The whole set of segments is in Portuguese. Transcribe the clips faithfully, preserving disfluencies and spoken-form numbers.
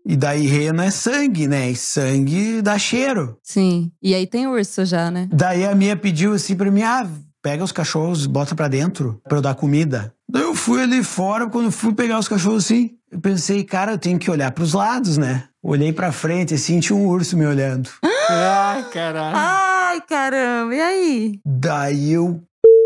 E daí rena é sangue, né? E sangue dá cheiro. Sim. E aí tem urso já, né? Daí a Mia pediu assim pra mim, ah, pega os cachorros, bota pra dentro pra eu dar comida. Daí eu fui ali fora, quando eu fui pegar os cachorros assim, eu pensei, cara, eu tenho que olhar pros lados, né? Olhei pra frente assim, tinha um urso me olhando. Ai, caralho. Ai, caramba, e aí? Daí eu...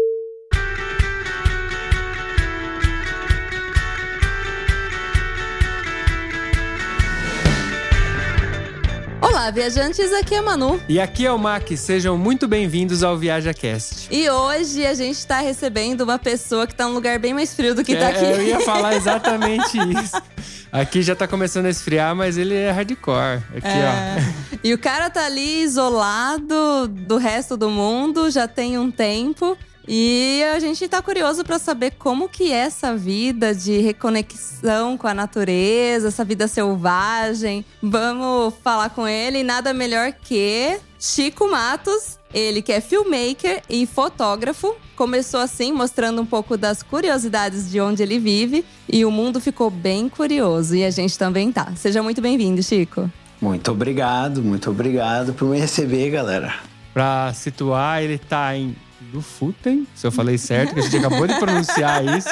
Olá, viajantes, aqui é a Manu. E aqui é o Mac, sejam muito bem-vindos ao ViajaCast. E hoje a gente tá recebendo uma pessoa que tá num lugar bem mais frio do que é, tá aqui. Eu ia falar exatamente isso. Aqui já tá começando a esfriar, mas ele é hardcore. Aqui, é. ó. E o cara tá ali isolado do resto do mundo, já tem um tempo. E a gente tá curioso pra saber como que é essa vida de reconexão com a natureza, essa vida selvagem. Vamos falar com ele, nada melhor que Chico Matos. Ele que é filmmaker e fotógrafo. Começou assim, mostrando um pouco das curiosidades de onde ele vive. E o mundo ficou bem curioso, e a gente também tá. Seja muito bem-vindo, Chico. Muito obrigado, muito obrigado por me receber, galera. Pra situar, ele tá em Lofoten, se eu falei certo, que a gente acabou de pronunciar isso.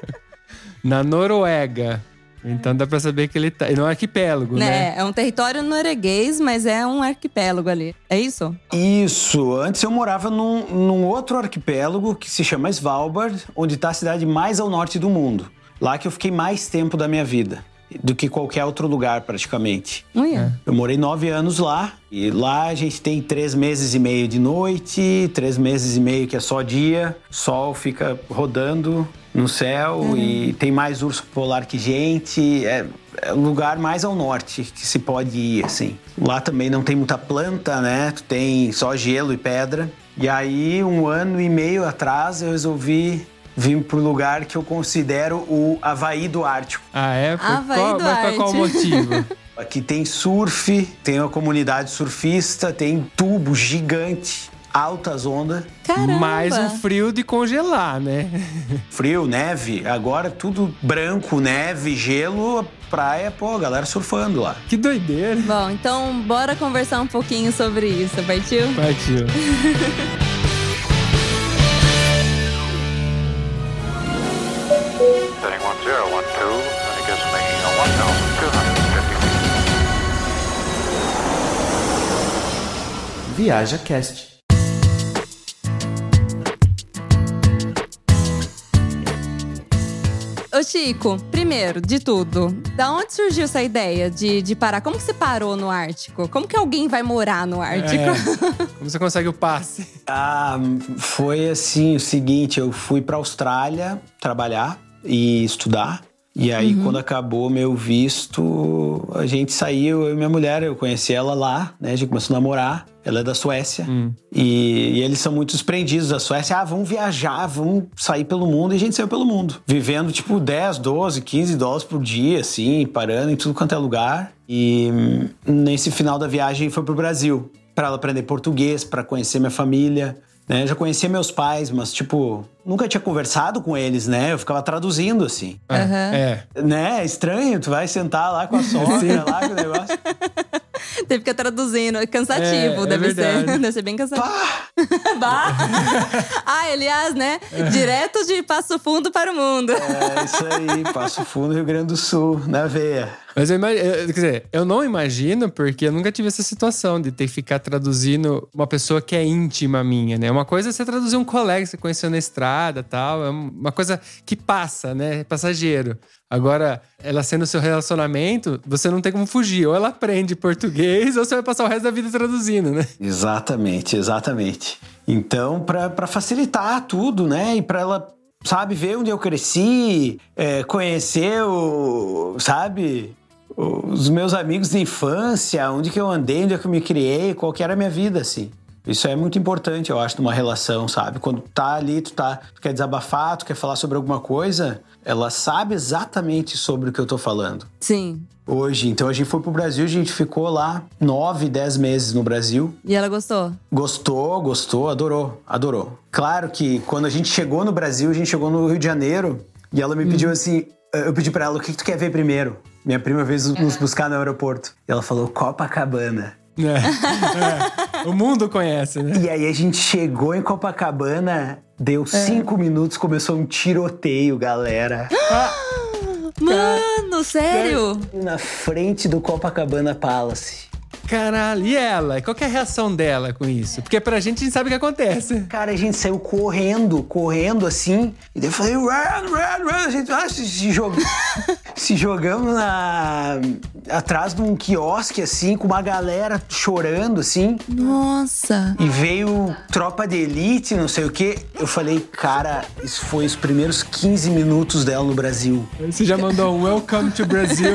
Na Noruega. Então dá pra saber que ele tá no arquipélago, né? né? É um território norueguês, mas é um arquipélago ali. É isso? Isso. Antes eu morava num, num outro arquipélago que se chama Svalbard, onde tá a cidade mais ao norte do mundo. Lá que eu fiquei mais tempo da minha vida do que qualquer outro lugar, praticamente. Uia. Eu morei nove anos lá. E lá a gente tem três meses e meio de noite, três meses e meio que é só dia. O sol fica rodando no céu uhum. E tem mais urso polar que gente. É, é o lugar mais ao norte que se pode ir, assim. Lá também não tem muita planta, né? Tu tem só gelo e pedra. E aí, um ano e meio atrás, eu resolvi vim pro lugar que eu considero o Havaí do Ártico. Ah, é? Por Havaí qual, do mas Ártico. Qual motivo? Aqui tem surf, tem uma comunidade surfista, tem tubo gigante, altas ondas. Caramba! Mais um frio de congelar, né? Frio, neve, agora tudo branco, neve, gelo, praia, pô, a galera surfando lá. Que doideira! Bom, então bora conversar um pouquinho sobre isso, partiu? Partiu. ViajaCast. Ô Chico, primeiro de tudo, da onde surgiu essa ideia de, de parar? Como que você parou no Ártico? Como que alguém vai morar no Ártico? É. Como você consegue o passe? Ah, foi assim, o seguinte, eu fui pra Austrália trabalhar e estudar. E aí, uhum. quando acabou meu visto, a gente saiu, eu e minha mulher, eu conheci ela lá, né? A gente começou a namorar. Ela é da Suécia. Hum. E, e eles são muito desprendidos da Suécia. Ah, vamos viajar, vamos sair pelo mundo. E a gente saiu pelo mundo. Vivendo, tipo, dez, doze, quinze dólares por dia, assim, parando em tudo quanto é lugar. E nesse final da viagem foi pro Brasil. Pra ela aprender português, pra conhecer minha família. Né? Eu já conhecia meus pais, mas, tipo, nunca tinha conversado com eles, né? Eu ficava traduzindo, assim. Uhum. É. Né? É estranho, tu vai sentar lá com a sogra, lá com o negócio. Teve que ficar traduzindo, é cansativo, é, deve é ser. Deve ser bem cansativo. Bah! Ah, aliás, né? Direto de Passo Fundo para o mundo. É, isso aí, Passo Fundo, Rio Grande do Sul, na veia. Mas eu imagino, quer dizer, eu não imagino porque eu nunca tive essa situação de ter que ficar traduzindo uma pessoa que é íntima minha, né? Uma coisa é você traduzir um colega que você conheceu na estrada e tal, é uma coisa que passa, né? Passageiro. Agora, ela sendo seu relacionamento, você não tem como fugir. Ou ela aprende português, ou você vai passar o resto da vida traduzindo, né? Exatamente, exatamente. Então, pra, pra facilitar tudo, né? E pra ela, sabe, ver onde eu cresci, é, conhecer o, sabe, os meus amigos de infância, onde que eu andei, onde é que eu me criei, qual que era a minha vida, assim. Isso é muito importante, eu acho, numa relação, sabe? Quando tu tá ali, tu, tá, tu quer desabafar, tu quer falar sobre alguma coisa, ela sabe exatamente sobre o que eu tô falando. Sim. Hoje, então a gente foi pro Brasil, a gente ficou lá nove, dez meses no Brasil. E ela gostou? Gostou, gostou, adorou, adorou. Claro que quando a gente chegou no Brasil, a gente chegou no Rio de Janeiro, e ela me hum. pediu assim, eu pedi pra ela, o que, que tu quer ver primeiro? Minha prima veio nos buscar no aeroporto. E ela falou Copacabana. É, é. O mundo conhece, né? E aí a gente chegou em Copacabana, deu cinco é. minutos, começou um tiroteio, galera. Mano, sério? Na frente do Copacabana Palace. Caralho, e ela? Qual que é a reação dela com isso? Porque pra gente, a gente sabe o que acontece. Cara, a gente saiu correndo, correndo assim. E daí eu falei, run, run, run. A gente ah, se, se, jog... se jogamos na... atrás de um quiosque, assim, com uma galera chorando, assim. Nossa! E veio tropa de elite, não sei o quê. Eu falei, cara, isso foi os primeiros quinze minutos dela no Brasil. Você já mandou um Welcome to Brazil.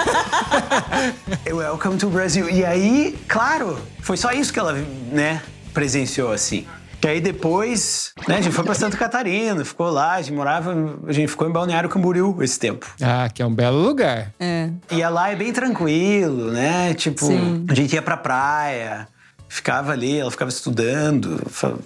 Welcome to Brazil. E aí, claro, foi só isso que ela, né, presenciou, assim. E aí depois, né, a gente foi pra Santa Catarina, ficou lá, a gente morava, a gente ficou em Balneário Camboriú esse tempo. Ah, que é um belo lugar. É. E lá é bem tranquilo, né, tipo, Sim. a gente ia pra praia, ficava ali, ela ficava estudando.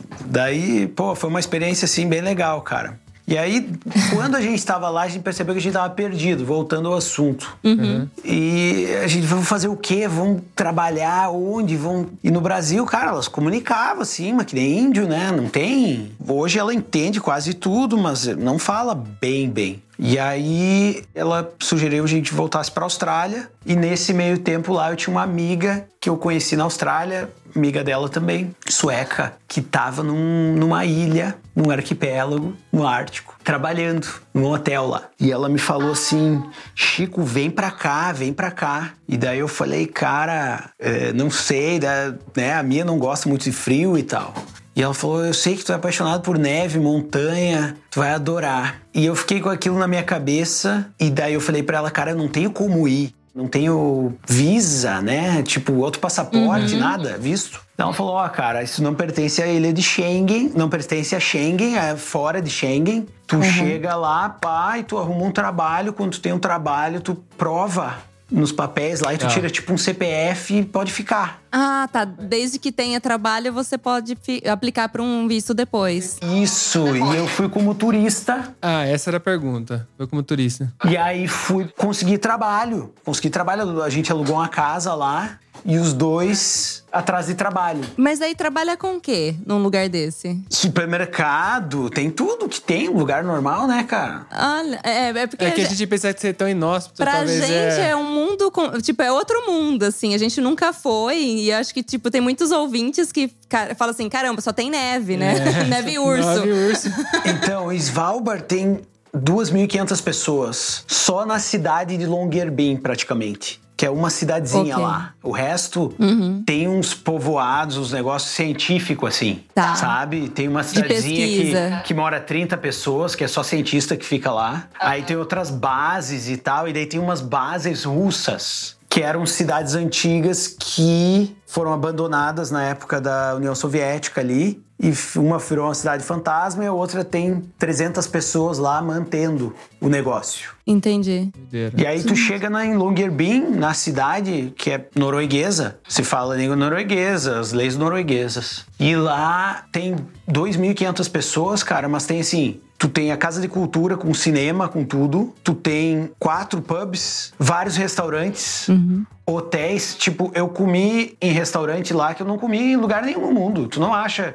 Daí, pô, foi uma experiência, assim, bem legal, cara. E aí, quando a gente estava lá, a gente percebeu que a gente estava perdido, voltando ao assunto. Uhum. E a gente, vamos fazer o quê? Vamos trabalhar onde? Vamos... E no Brasil, cara, elas comunicavam assim, mas que nem índio, né? Não tem... Hoje ela entende quase tudo, mas não fala bem, bem. E aí, ela sugeriu a gente voltasse para a Austrália. E nesse meio tempo lá, eu tinha uma amiga que eu conheci na Austrália, amiga dela também, sueca, que tava num, numa ilha, num arquipélago, no Ártico, trabalhando num hotel lá. E ela me falou assim, Chico, vem pra cá, vem pra cá. E daí eu falei, cara, é, não sei, né, a minha não gosta muito de frio e tal. E ela falou, eu sei que tu é apaixonado por neve, montanha, tu vai adorar. E eu fiquei com aquilo na minha cabeça, e daí eu falei pra ela, cara, eu não tenho como ir. Não tenho visa, né? Tipo, outro passaporte, uhum. nada, visto. Então ela falou, ó, oh, cara, isso não pertence à ilha de Schengen, não pertence a Schengen, é fora de Schengen. Tu uhum. chega lá, pá, e tu arruma um trabalho. Quando tu tem um trabalho, tu prova nos papéis lá e tu ah. tira tipo um C P F e pode ficar. Ah, tá. Desde que tenha trabalho, você pode fi- aplicar para um visto depois. Isso, e eu fui como turista. Ah, essa era a pergunta. Foi como turista. E aí fui conseguir trabalho. Consegui trabalho, a gente alugou uma casa lá. E os dois atrás de trabalho. Mas aí trabalha com o quê num lugar desse? Supermercado, tem tudo que tem, um lugar normal, né, cara? Olha, é, é porque… É que a gente pensa que ser tão inóspito, pra talvez gente é... é um mundo, com, tipo, é outro mundo, assim. A gente nunca foi e acho que, tipo, tem muitos ouvintes que cara, falam assim, caramba, só tem neve, né? É. Neve e urso. Neve e urso. Então, Svalbard tem duas mil e quinhentas pessoas. Só na cidade de Longyearbyen, praticamente. Que é uma cidadezinha okay. lá. O resto uhum. tem uns povoados, uns negócios científicos, assim. Tá. Sabe? Tem uma cidadezinha que, que mora trinta pessoas, que é só cientista que fica lá. Uhum. Aí tem outras bases e tal. E daí tem umas bases russas, que eram cidades antigas que foram abandonadas na época da União Soviética ali. E uma virou uma cidade fantasma e a outra tem trezentas pessoas lá mantendo o negócio. Entendi. E aí tu chega na, em Longyearbyen, na cidade que é norueguesa. Se fala a língua norueguesa, as leis norueguesas. E lá tem duas mil e quinhentas pessoas, cara, mas tem assim… Tu tem a Casa de Cultura com cinema, com tudo. Tu tem quatro pubs, vários restaurantes, uhum. hotéis. Tipo, eu comi em restaurante lá que eu não comi em lugar nenhum no mundo. Tu não acha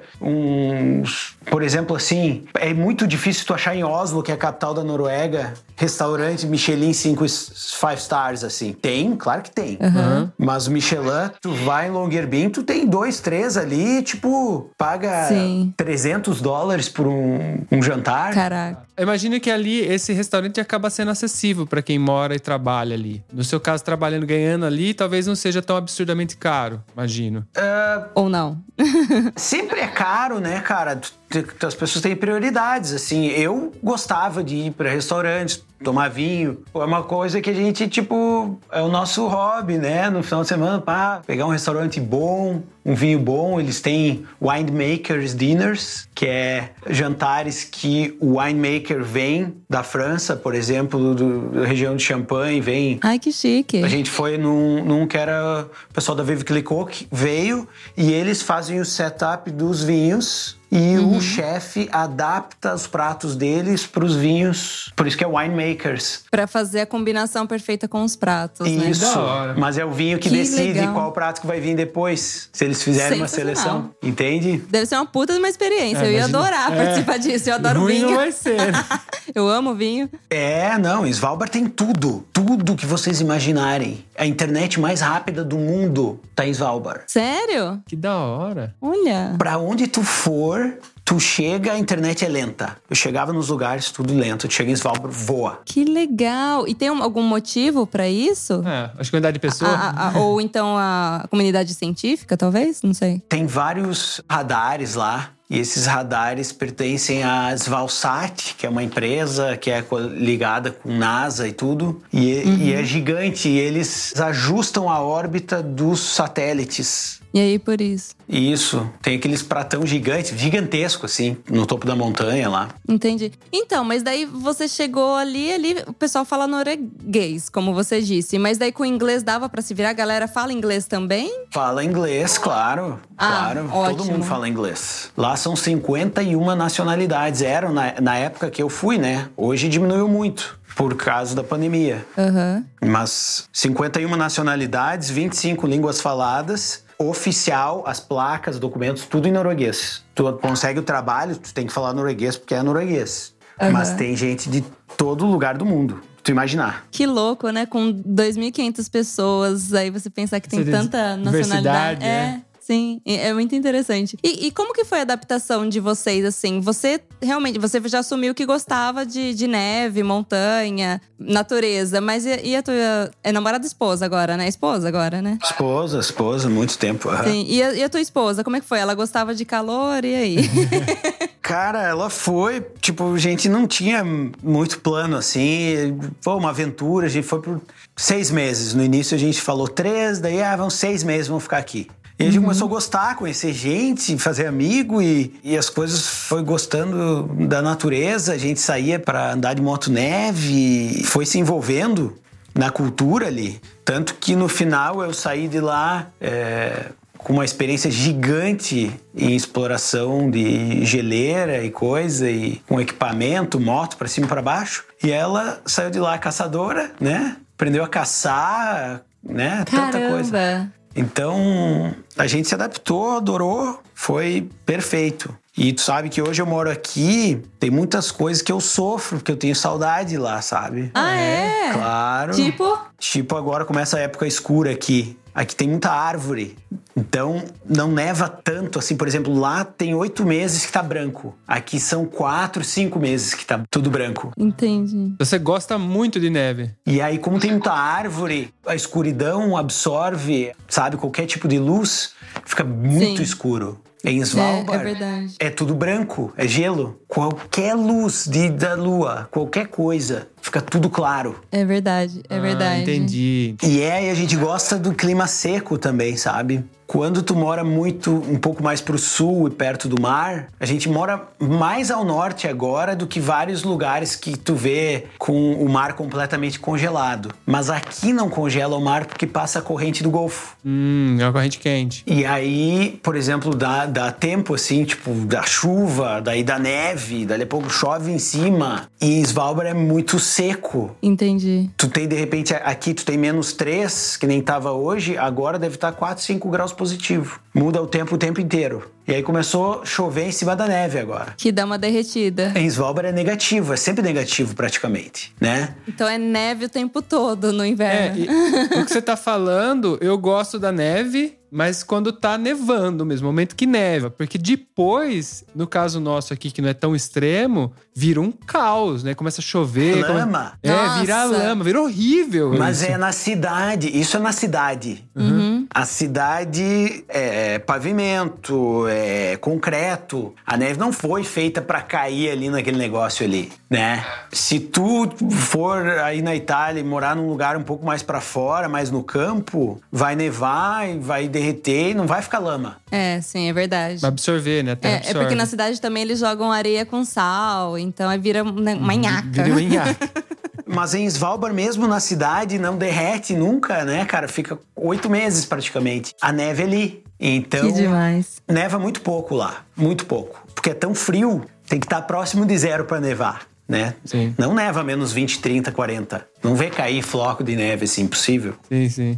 uns… Por exemplo, assim, é muito difícil tu achar em Oslo, que é a capital da Noruega, restaurante Michelin cinco five stars, assim. Tem, claro que tem. Uhum. Mas o Michelin, tu vai em Longyearbyen, tu tem dois, três ali, tipo, paga Sim. trezentos dólares por um, um jantar. Caraca. Imagino que ali esse restaurante acaba sendo acessível para quem mora e trabalha ali. No seu caso, trabalhando, ganhando ali, talvez não seja tão absurdamente caro, imagino. Uh, Ou não? Sempre é caro, né, cara? As pessoas têm prioridades, assim. Eu gostava de ir para restaurantes, tomar vinho. É uma coisa que a gente, tipo, é o nosso hobby, né? No final de semana, pá, pegar um restaurante bom, um vinho bom. Eles têm winemakers dinners, que é jantares que o winemaker vem da França, por exemplo, do, da região de Champagne, vem… Ai, que chique! A gente foi num, num que era… O pessoal da Veuve Clicquot que veio e eles fazem o setup dos vinhos. e uhum. o chefe adapta os pratos deles para os vinhos. Por isso que é winemakers. Para fazer a combinação perfeita com os pratos, né? Isso, mas é o vinho que, que decide legal. Qual prato que vai vir depois, se eles fizerem uma seleção, entende? Deve ser uma puta de uma experiência, é, eu ia adorar é. participar disso, eu adoro Ruim vinho. Não vai ser. Eu amo vinho. É, não, Svalbard tem tudo, tudo que vocês imaginarem. A internet mais rápida do mundo tá em Svalbard. Sério? Que da hora. Olha. Pra onde tu for, tu chega, a internet é lenta. Eu chegava nos lugares, tudo lento. Tu chega em Svalbard, voa. Que legal. E tem algum motivo pra isso? É, acho que a quantidade de pessoas. A, a, a, ou então a comunidade científica, talvez? Não sei. Tem vários radares lá. E esses radares pertencem à Svalsat, que é uma empresa que é ligada com NASA e tudo. E, uhum. e é gigante. E eles ajustam a órbita dos satélites. E aí, por isso? Isso. Tem aqueles pratão gigantes, gigantesco, assim, no topo da montanha lá. Entendi. Então, mas daí você chegou ali, ali o pessoal fala norueguês, como você disse. Mas daí com o inglês dava pra se virar? A galera fala inglês também? Fala inglês, claro. Ah, claro. ótimo. Todo mundo fala inglês. Lá são cinquenta e uma nacionalidades. Eram na, na época que eu fui, né? Hoje diminuiu muito. Por causa da pandemia. Uhum. Mas cinquenta e uma nacionalidades, vinte e cinco línguas faladas. Oficial, as placas, documentos, tudo em norueguês. Tu consegue o trabalho, tu tem que falar norueguês porque é norueguês. Uhum. Mas tem gente de todo lugar do mundo. Tu imaginar. Que louco, né? Com dois mil e quinhentas pessoas, aí você pensar que tem você tanta nacionalidade. É. é. Sim, é muito interessante. E, e como que foi a adaptação de vocês, assim? Você realmente, você já assumiu que gostava de, de neve, montanha, natureza. Mas e, e a tua… É namorada esposa agora, né? Esposa agora, né? Esposa, esposa, muito tempo. Uhum. Sim, e a, e a tua esposa, como é que foi? Ela gostava de calor, e aí? Cara, ela foi… Tipo, a gente não tinha muito plano, assim. Foi uma aventura, a gente foi por seis meses. No início a gente falou três, daí, ah, vão seis meses, vamos ficar aqui. E a gente uhum. começou a gostar, conhecer gente, fazer amigo e, e as coisas foi gostando da natureza. A gente saía para andar de motoneve, foi se envolvendo na cultura ali. Tanto que no final eu saí de lá é, com uma experiência gigante em exploração de geleira e coisa, e com equipamento, moto para cima e para baixo. E ela saiu de lá caçadora, né? Aprendeu a caçar, né? Caramba. Tanta coisa. Então, a gente se adaptou, adorou, foi perfeito. E tu sabe que hoje eu moro aqui, tem muitas coisas que eu sofro, porque eu tenho saudade lá, sabe? Ah, é? Claro. Tipo? Tipo, agora começa a época escura aqui. Aqui tem muita árvore, então não neva tanto, assim, por exemplo, lá tem oito meses que tá branco. Aqui são quatro, cinco meses que tá tudo branco. Entendi. Você gosta muito de neve. E aí, como tem muita árvore, a escuridão absorve, sabe, qualquer tipo de luz, fica muito Sim. escuro. Em Svalbard, é, é verdade. É tudo branco, é gelo. Qualquer luz de, da lua, qualquer coisa, fica tudo claro. É verdade, é ah, verdade. Entendi. E é, e a gente gosta do clima seco também, sabe? Quando tu mora muito, um pouco mais pro sul e perto do mar, a gente mora mais ao norte agora do que vários lugares que tu vê com o mar completamente congelado. Mas aqui não congela o mar porque passa a corrente do Golfo. Hum, é uma corrente quente. E aí, por exemplo, dá, dá tempo assim, tipo, da chuva, daí da neve, daí a pouco chove em cima. E Svalbard é muito seco. Entendi. Tu tem, de repente, aqui tu tem menos três, que nem tava hoje, agora deve estar quatro, cinco graus positivo. Muda o tempo o tempo inteiro. E aí começou a chover em cima da neve agora. Que dá uma derretida. Em Svalbard é negativo, é sempre negativo praticamente, né? Então é neve o tempo todo no inverno. É, e o que você tá falando, eu gosto da neve, mas quando tá nevando mesmo, momento que neva. Porque depois, no caso nosso aqui, que não é tão extremo, vira um caos, né? Começa a chover. Lama. Come... É, vira lama, vira horrível. Mas isso. é na cidade, isso é na cidade. Uhum. A cidade é pavimento, é concreto. A neve não foi feita pra cair ali naquele negócio ali, né? Se tu for aí na Itália e morar num lugar um pouco mais pra fora, mais no campo, vai nevar e vai derreter e não vai ficar lama. É, sim, é verdade. Vai absorver, né? Até é, absorve. é porque na cidade também eles jogam areia com sal, então aí vira uma nhaca. Vira uma nhaca. Mas em Svalbard mesmo, na cidade, não derrete nunca, né, cara? Fica oito meses praticamente. A neve ali. Então, que demais. Neva muito pouco lá, muito pouco. Porque é tão frio, tem que estar próximo de zero para nevar, né? Sim. Não neva menos vinte, trinta, quarenta. Não vê cair floco de neve, assim, impossível. Sim, sim.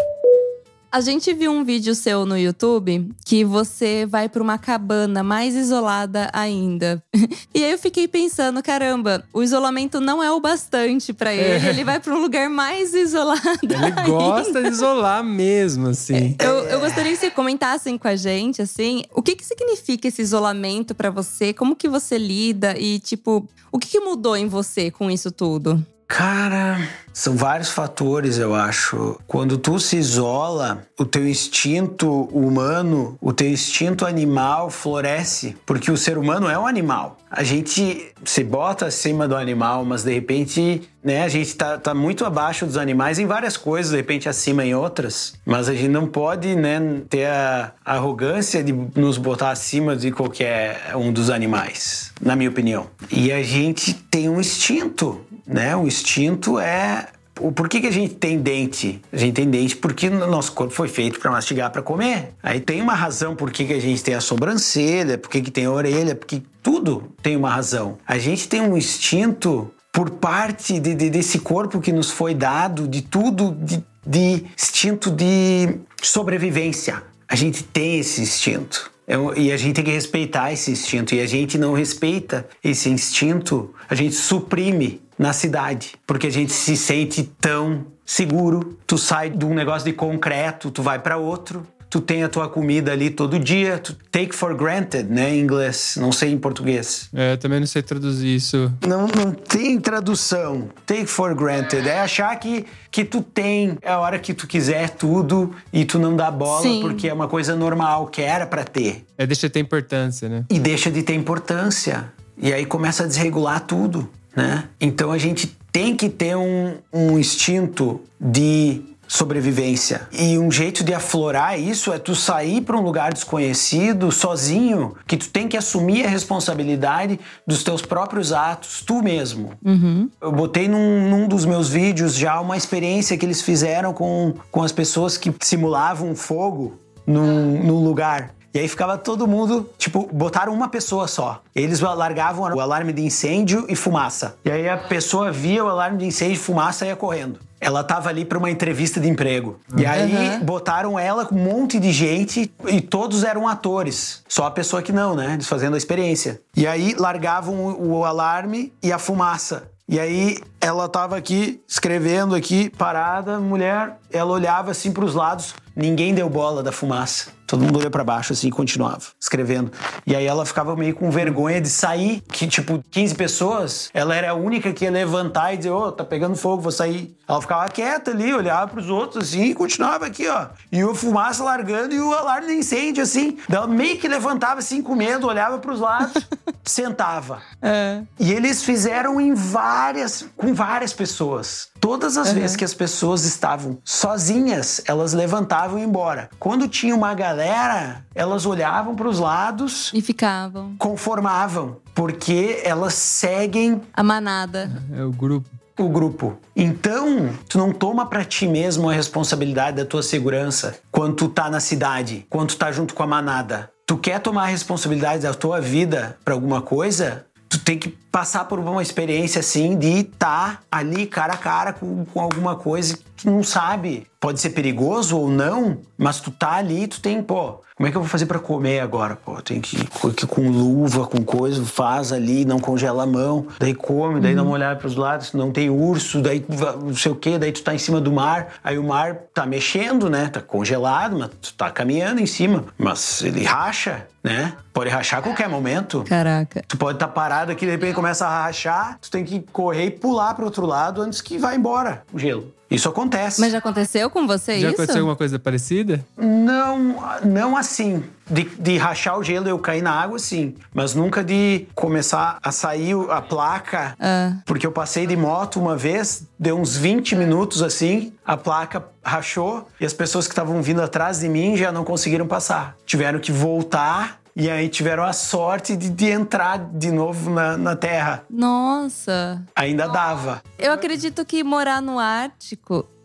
A gente viu um vídeo seu no YouTube que você vai para uma cabana mais isolada ainda. E aí eu fiquei pensando, caramba, o isolamento não é o bastante para ele. É. Ele vai para um lugar mais isolado Ele ainda. gosta de isolar mesmo, assim. Eu, eu gostaria que você comentassem com a gente, assim, o que que significa esse isolamento para você? Como que você lida? E, tipo, o que que mudou em você com isso tudo? Cara, são vários fatores, eu acho. Quando tu se isola, o teu instinto humano, o teu instinto animal floresce. Porque o ser humano é um animal. A gente se bota acima do animal, mas de repente, né, a gente tá, tá muito abaixo dos animais em várias coisas, de repente acima em outras. Mas a gente não pode, né, ter a arrogância de nos botar acima de qualquer um dos animais, na minha opinião. E a gente tem um instinto, né? O instinto é... Por que que a gente tem dente? A gente tem dente porque o nosso corpo foi feito para mastigar, para comer. Aí tem uma razão por que que a gente tem a sobrancelha, por que que tem a orelha, porque tudo tem uma razão. A gente tem um instinto por parte de, de, desse corpo que nos foi dado, de tudo, de, de instinto de sobrevivência. A gente tem esse instinto. E a gente tem que respeitar esse instinto. E a gente não respeita esse instinto, a gente suprime na cidade, porque a gente se sente tão seguro. Tu sai de um negócio de concreto, tu vai para outro, tu tem a tua comida ali todo dia, tu take for granted, né, em inglês, não sei em português. É, eu também não sei traduzir isso. Não, não tem tradução, take for granted, é achar que, que tu tem a hora que tu quiser tudo e tu não dá bola. Sim. Porque é uma coisa normal, que era pra ter. É, deixa de ter importância, né? E deixa de ter importância, e aí começa a desregular tudo. Né? Então a gente tem que ter um, um instinto de sobrevivência. E um jeito de aflorar isso é tu sair para um lugar desconhecido, sozinho, que tu tem que assumir a responsabilidade dos teus próprios atos, tu mesmo. Uhum. Eu botei num, num dos meus vídeos já uma experiência que eles fizeram com, com as pessoas que simulavam fogo num, num lugar. E aí ficava todo mundo, tipo, botaram uma pessoa só. Eles largavam o alarme de incêndio e fumaça. E aí a pessoa via o alarme de incêndio e fumaça e ia correndo. Ela tava ali para uma entrevista de emprego. Uhum. E aí botaram ela com um monte de gente e todos eram atores. Só a pessoa que não, né? Eles fazendo a experiência. E aí largavam o, o alarme e a fumaça. E aí ela tava aqui, escrevendo aqui, parada, mulher, ela olhava assim pros lados, ninguém deu bola da fumaça. Todo mundo olhou pra baixo assim e continuava escrevendo. E aí ela ficava meio com vergonha de sair, que tipo, quinze pessoas, ela era a única que ia levantar e dizer, ô, oh, tá pegando fogo, vou sair. Ela ficava quieta ali, olhava pros outros assim e continuava aqui, ó. E a fumaça largando e o alarme de incêndio assim. Ela meio que levantava assim com medo, olhava pros lados, sentava. É. E eles fizeram em várias, com várias pessoas. Todas as uhum. vezes que as pessoas estavam sozinhas, elas levantavam e iam embora. Quando tinha uma galera, elas olhavam para os lados e ficavam. Conformavam, porque elas seguem a manada. É o grupo. O grupo. Então, tu não toma pra ti mesmo a responsabilidade da tua segurança quando tu tá na cidade, quando tu tá junto com a manada. Tu quer tomar a responsabilidade da tua vida pra alguma coisa? Tu tem que passar por uma experiência assim de estar ali cara a cara com, com alguma coisa que tu não sabe. Pode ser perigoso ou não, mas tu tá ali, tu tem, pô, como é que eu vou fazer pra comer agora? Pô, tem que ir com luva, com coisa, faz ali, não congela a mão, daí come, daí uhum. dá uma olhada pros lados, não tem urso, daí não sei o quê, daí tu tá em cima do mar, aí o mar tá mexendo, né? Tá congelado, mas tu tá caminhando em cima, mas ele racha, né? Pode rachar a qualquer momento. Caraca. Tu pode estar tá parado aqui, de repente começa a rachar, tu tem que correr e pular pro outro lado antes que vá embora o gelo. Isso acontece. Mas já aconteceu com você já isso? Já aconteceu alguma coisa parecida? Não, não assim. De, de rachar o gelo e eu cair na água, sim. Mas nunca de começar a sair a placa. Ah. Porque eu passei de moto uma vez, deu uns vinte minutos assim, a placa rachou e as pessoas que estavam vindo atrás de mim já não conseguiram passar. Tiveram que voltar. E aí tiveram a sorte de, de entrar de novo na, na terra. Nossa! Ainda dava. Eu acredito que morar no Ártico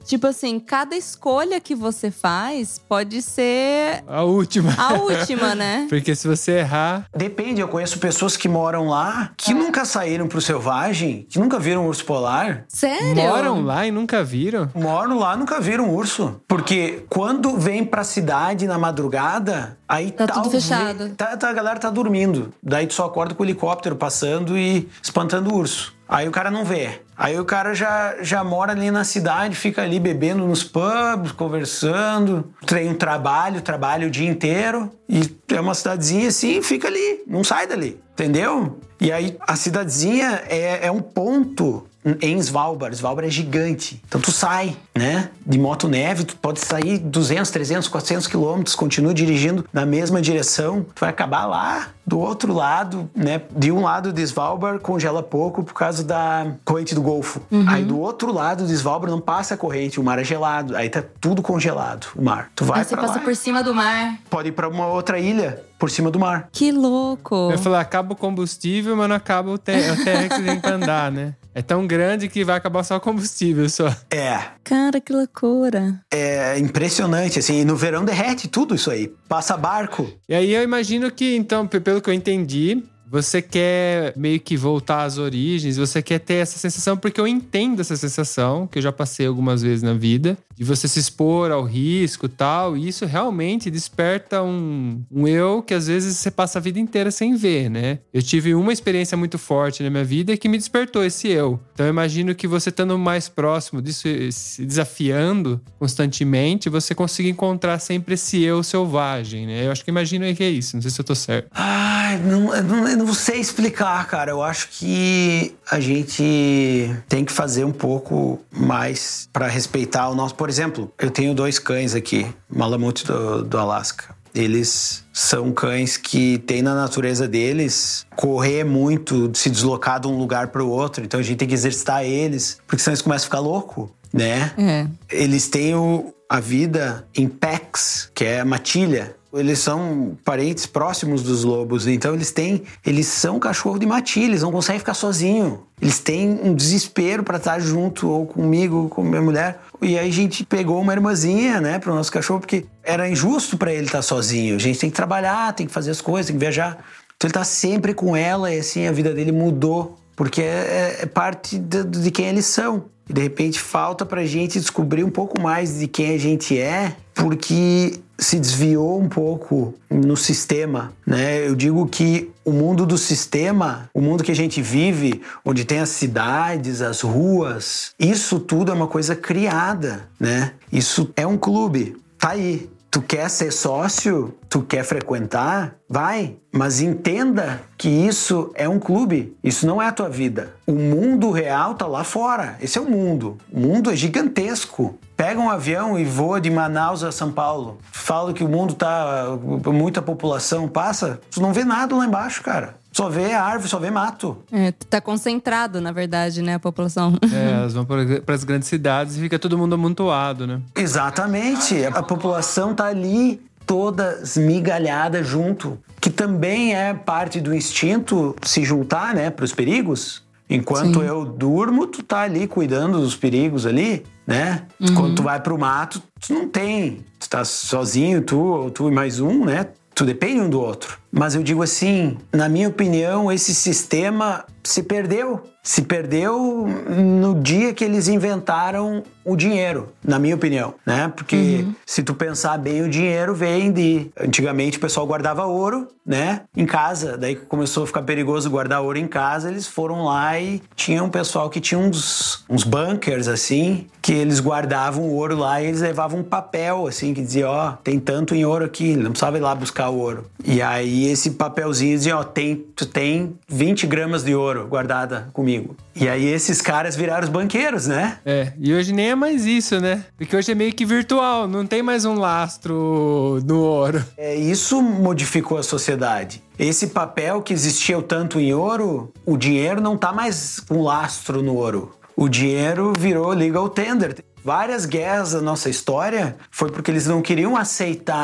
tipo assim, cada escolha que você faz pode ser A última. a última, né? Porque se você errar... Depende, eu conheço pessoas que moram lá, que nunca saíram pro selvagem, que nunca viram um urso polar. Sério? Moram lá e nunca viram? Moram lá, nunca viram um urso. Porque quando vem pra cidade na madrugada, aí Tá tudo talvez- fechado. Tá, tá, a galera tá dormindo. Daí tu só acorda com o helicóptero passando e espantando o urso. Aí o cara não vê. Aí o cara já, já mora ali na cidade, fica ali bebendo nos pubs, conversando. Tem um trabalho, trabalha o dia inteiro. E é uma cidadezinha assim, fica ali, não sai dali. Entendeu? E aí a cidadezinha é, é um ponto em Svalbard. Svalbard é gigante. Então tu sai, né? De moto neve, tu pode sair duzentos, trezentos, quatrocentos quilômetros, continua dirigindo na mesma direção. Tu vai acabar lá do outro lado, né? De um lado de Svalbard congela pouco por causa da corrente do Golfo. Uhum. Aí do outro lado de Svalbard não passa a corrente, o mar é gelado. Aí tá tudo congelado, o mar. Tu vai Aí você pra passa lá. por cima do mar. Pode ir pra uma outra ilha por cima do mar. Que louco. Eu falei, acaba o combustível, mas não acaba o ter- a terra que você tem que andar, né? É tão grande que vai acabar só o combustível, só. É. Cara, que loucura. É impressionante, assim. E no verão derrete tudo isso aí. Passa barco. E aí eu imagino que, então, p- pelo que eu entendi, você quer meio que voltar às origens, você quer ter essa sensação, porque eu entendo essa sensação, que eu já passei algumas vezes na vida, de você se expor ao risco e tal, e isso realmente desperta um, um eu que às vezes você passa a vida inteira sem ver, né? Eu tive uma experiência muito forte na minha vida que me despertou esse eu. Então eu imagino que você estando mais próximo disso, se desafiando constantemente, você consiga encontrar sempre esse eu selvagem, né? Eu acho que imagino que é isso, não sei se eu tô certo. Ai, não, eu não, eu não sei explicar, cara. Eu acho que a gente tem que fazer um pouco mais pra respeitar o nosso... Por exemplo, eu tenho dois cães aqui, Malamute do, do Alasca. Eles são cães que têm na natureza deles correr muito, se deslocar de um lugar para o outro. Então a gente tem que exercitar eles, porque senão eles começam a ficar louco, né? É. Eles têm o, a vida em packs, que é matilha. Eles são parentes próximos dos lobos, então eles têm, eles são cachorro de matilha, eles não conseguem ficar sozinhos. Eles têm um desespero para estar junto, ou comigo, ou com minha mulher. E aí a gente pegou uma irmãzinha, né, pro nosso cachorro, porque era injusto para ele estar sozinho. A gente tem que trabalhar, tem que fazer as coisas, tem que viajar. Então ele tá sempre com ela e assim a vida dele mudou, porque é, é parte de, de quem eles são. E de repente falta pra gente descobrir um pouco mais de quem a gente é, porque se desviou um pouco no sistema, né? Eu digo que o mundo do sistema, o mundo que a gente vive, onde tem as cidades, as ruas, isso tudo é uma coisa criada, né? Isso é um clube, tá aí. Tu quer ser sócio? Tu quer frequentar? Vai, mas entenda que isso é um clube, isso não é a tua vida. O mundo real tá lá fora, esse é o mundo. O mundo é gigantesco. Pega um avião e voa de Manaus a São Paulo. Fala que o mundo tá... muita população passa, tu não vê nada lá embaixo, cara. Só vê árvore, só vê mato. É, tá concentrado, na verdade, né, a população. É, elas vão para as grandes cidades e fica todo mundo amontoado, né? Exatamente. A população tá ali toda esmigalhada junto, que também é parte do instinto se juntar, né, para os perigos. Enquanto Sim. eu durmo, tu tá ali cuidando dos perigos ali, né? Uhum. Quando tu vai pro mato, tu não tem. Tu tá sozinho, tu ou tu e mais um, né? Tu depende um do outro. Mas eu digo assim, na minha opinião, esse sistema se perdeu. Se perdeu no dia que eles inventaram o dinheiro, na minha opinião, né? Porque uhum. se tu pensar bem, o dinheiro vem de... Antigamente o pessoal guardava ouro, né? Em casa. Daí que começou a ficar perigoso guardar ouro em casa, eles foram lá e tinha um pessoal que tinha uns, uns bunkers, assim, que eles guardavam o ouro lá e eles levavam um papel, assim, que dizia, ó, oh, tem tanto em ouro aqui, não precisava ir lá buscar o ouro. E aí esse papelzinho dizia, ó, oh, tem, tu tem vinte gramas de ouro guardada comigo. E aí esses caras viraram os banqueiros, né? É, e hoje nem é mais isso, né? Porque hoje é meio que virtual, não tem mais um lastro no ouro. É, isso modificou a sociedade. Esse papel que existia o tanto em ouro, o dinheiro não tá mais com lastro no ouro. O dinheiro virou legal tender. Várias guerras da nossa história foi porque eles não queriam aceitar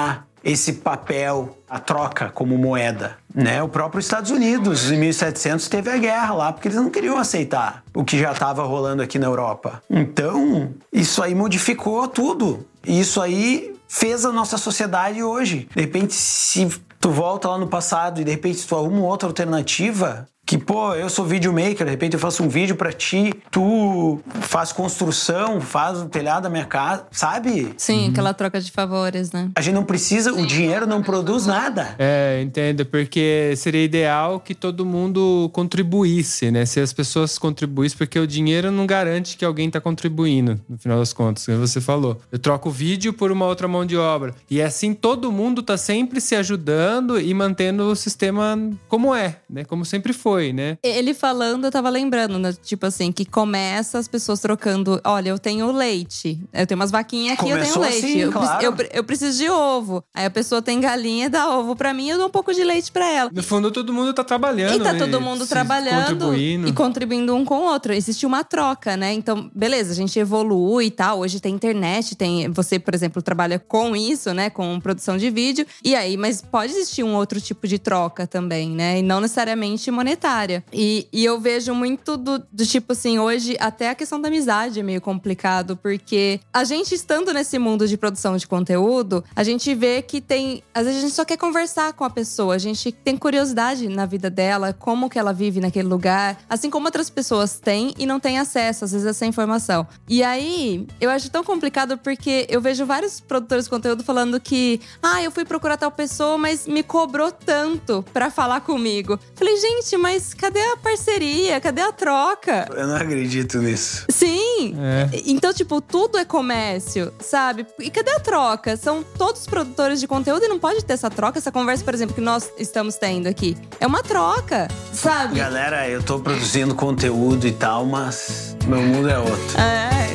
esse papel, a troca como moeda, né? O próprio Estados Unidos, em mil e setecentos, teve a guerra lá, porque eles não queriam aceitar o que já estava rolando aqui na Europa. Então, isso aí modificou tudo. E isso aí fez a nossa sociedade hoje. De repente, se tu volta lá no passado e de repente tu arruma outra alternativa... Que, pô, eu sou videomaker, de repente eu faço um vídeo pra ti, tu faz construção, faz o telhado da minha casa, sabe? Sim, uhum. Aquela troca de favores, né? A gente não precisa, o dinheiro não produz nada. É, entendo, porque seria ideal que todo mundo contribuísse, né? Se as pessoas contribuíssem, porque o dinheiro não garante que alguém tá contribuindo, no final das contas, como você falou. Eu troco o vídeo por uma outra mão de obra. E assim todo mundo tá sempre se ajudando e mantendo o sistema como é, né? Como sempre foi. Né? Ele falando, eu tava lembrando, né? Tipo assim, que começa as pessoas trocando. Olha, eu tenho leite. Eu tenho umas vaquinhas aqui, Começou eu tenho leite. Assim, eu, claro. eu, eu preciso de ovo. Aí a pessoa tem galinha, dá ovo pra mim, eu dou um pouco de leite pra ela. No fundo, todo mundo tá trabalhando. E tá todo mundo trabalhando contribuindo. E contribuindo um com o outro. Existe uma troca, né? Então, beleza, a gente evolui e tal. Hoje tem internet, tem. Você, por exemplo, trabalha com isso, né? Com produção de vídeo. E aí, mas pode existir um outro tipo de troca também, né? E não necessariamente monetária. E, e eu vejo muito do, do tipo assim, hoje até a questão da amizade é meio complicado, porque a gente estando nesse mundo de produção de conteúdo, a gente vê que tem… Às vezes a gente só quer conversar com a pessoa, a gente tem curiosidade na vida dela, como que ela vive naquele lugar, assim como outras pessoas têm e não têm acesso, às vezes, a essa informação. E aí, eu acho tão complicado porque eu vejo vários produtores de conteúdo falando que ah, eu fui procurar tal pessoa, mas me cobrou tanto pra falar comigo. Falei, gente, mas cadê a parceria? Cadê a troca? Eu não acredito nisso. Sim! É. Então, tipo, tudo é comércio, sabe? E cadê a troca? São todos produtores de conteúdo e não pode ter essa troca. Essa conversa, por exemplo, que nós estamos tendo aqui. É uma troca, sabe? Galera, eu tô produzindo conteúdo e tal, mas meu mundo é outro. É.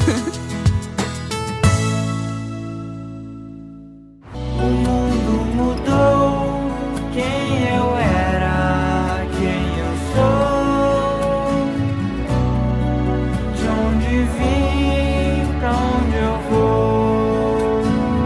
O mundo mudou, quem eu era, quem eu sou, de onde vim, pra onde eu vou.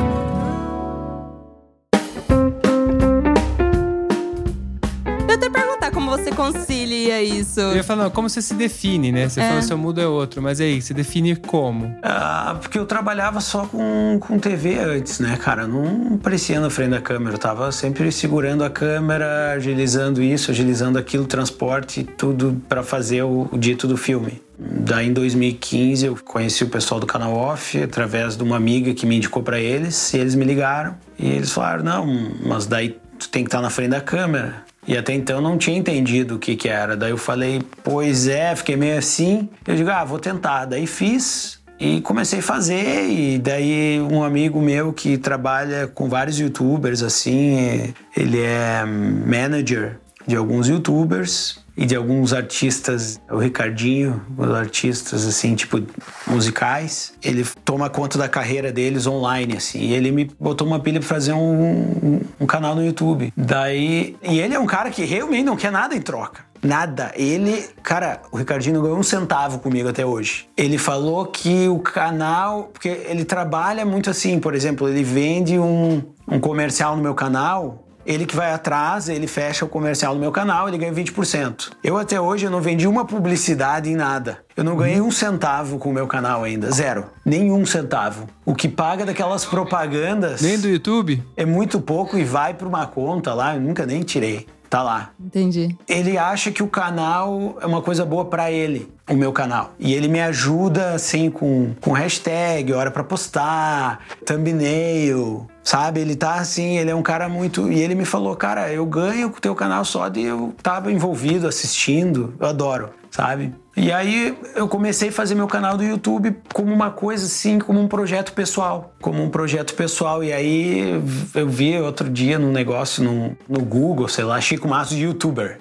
Eu até perguntar como você concilia isso. Eu ia falar, não, como você se define, né? Você É. falou, seu mundo é outro, mas aí, se define como? Ah, porque eu trabalhava só com, com T V antes, né, cara? Eu não aparecia na frente da câmera. Eu tava sempre segurando a câmera, agilizando isso, agilizando aquilo, transporte, tudo pra fazer o, o dito do filme. Daí, em dois mil e quinze, eu conheci o pessoal do Canal Off através de uma amiga que me indicou pra eles. E eles me ligaram. E eles falaram, não, mas daí tu tem que estar na frente da câmera. E até então eu não tinha entendido o que que era. Daí eu falei, pois é, fiquei meio assim. Eu digo, ah, vou tentar. Daí fiz e comecei a fazer. E daí um amigo meu que trabalha com vários youtubers, assim, ele é manager de alguns youtubers e de alguns artistas, o Ricardinho, os artistas, assim, tipo, musicais. Ele toma conta da carreira deles online, assim. E ele me botou uma pilha pra fazer um, um, um canal no YouTube. Daí… E ele é um cara que realmente não quer nada em troca. Nada. Ele… Cara, o Ricardinho não ganhou um centavo comigo até hoje. Ele falou que o canal… Porque ele trabalha muito assim, por exemplo, ele vende um, um comercial no meu canal… Ele que vai atrás, ele fecha o comercial no meu canal, ele ganha vinte por cento. Eu até hoje eu não vendi uma publicidade em nada. Eu não ganhei um centavo com o meu canal ainda. Zero. Nenhum centavo. O que paga daquelas propagandas… Nem do YouTube? É muito pouco e vai para uma conta lá, eu nunca nem tirei. Tá lá. Entendi. Ele acha que o canal é uma coisa boa pra ele, o meu canal. E ele me ajuda, assim, com, com hashtag, hora pra postar, thumbnail, sabe? Ele tá assim, ele é um cara muito… E ele me falou, cara, eu ganho com o teu canal só de eu tava envolvido, assistindo. Eu adoro, sabe? E aí eu comecei a fazer meu canal do YouTube como uma coisa assim, como um projeto pessoal. Como um projeto pessoal. E aí eu vi outro dia num negócio no, no Google, sei lá, Chico Masso de YouTuber.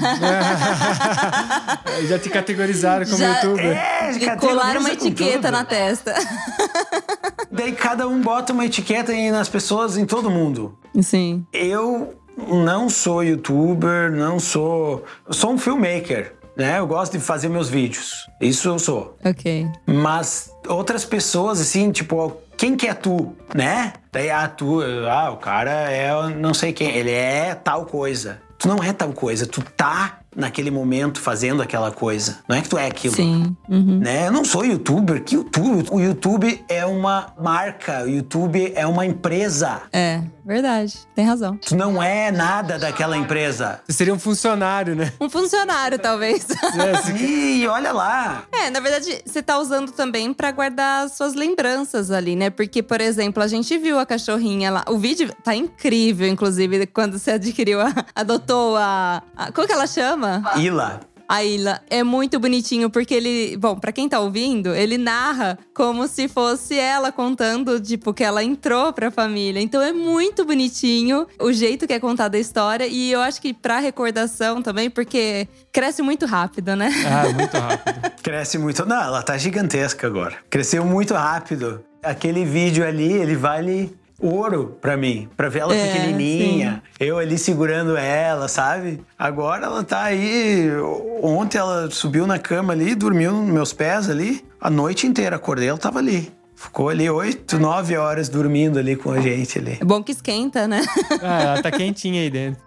Já te categorizaram como Já- YouTuber. É, E colaram uma etiqueta na testa. Daí cada um bota uma etiqueta aí nas pessoas, em todo mundo. Sim. Eu não sou YouTuber, não sou… Eu sou um filmmaker, né? Eu gosto de fazer meus vídeos. Isso eu sou. Ok. Mas outras pessoas, assim, tipo, quem que é tu, né? Daí, ah, tu, ah, o cara é não sei quem, ele é tal coisa. Tu não é tal coisa, tu tá naquele momento fazendo aquela coisa. Não é que tu é aquilo. Sim. Uhum. Né? Eu não sou youtuber. Que YouTube? O YouTube é uma marca. O YouTube é uma empresa. É, verdade. Tem razão. Tu não é nada daquela empresa. Você seria um funcionário, né? Um funcionário, talvez. E olha lá. É, na verdade, você tá usando também pra guardar suas lembranças ali, né? Porque, por exemplo, a gente viu a cachorrinha lá. O vídeo tá incrível, inclusive, quando você adquiriu, a, adotou a, a… Como que ela chama? Ila. A Ila é muito bonitinho, porque ele… Bom, pra quem tá ouvindo, ele narra como se fosse ela contando, tipo, que ela entrou pra família. Então é muito bonitinho o jeito que é contada a história. E eu acho que pra recordação também, porque cresce muito rápido, né? Ah, muito rápido. Cresce muito. Não, ela tá gigantesca agora. Cresceu muito rápido. Aquele vídeo ali, ele vale… ouro pra mim, pra ver ela é, pequenininha, sim. eu ali segurando ela, sabe? Agora ela tá aí, ontem ela subiu na cama ali, dormiu nos meus pés ali, a noite inteira, acordei, ela tava ali. Ficou ali oito, nove horas dormindo ali com a gente ali. É bom que esquenta, né? Ah, ela tá quentinha aí dentro.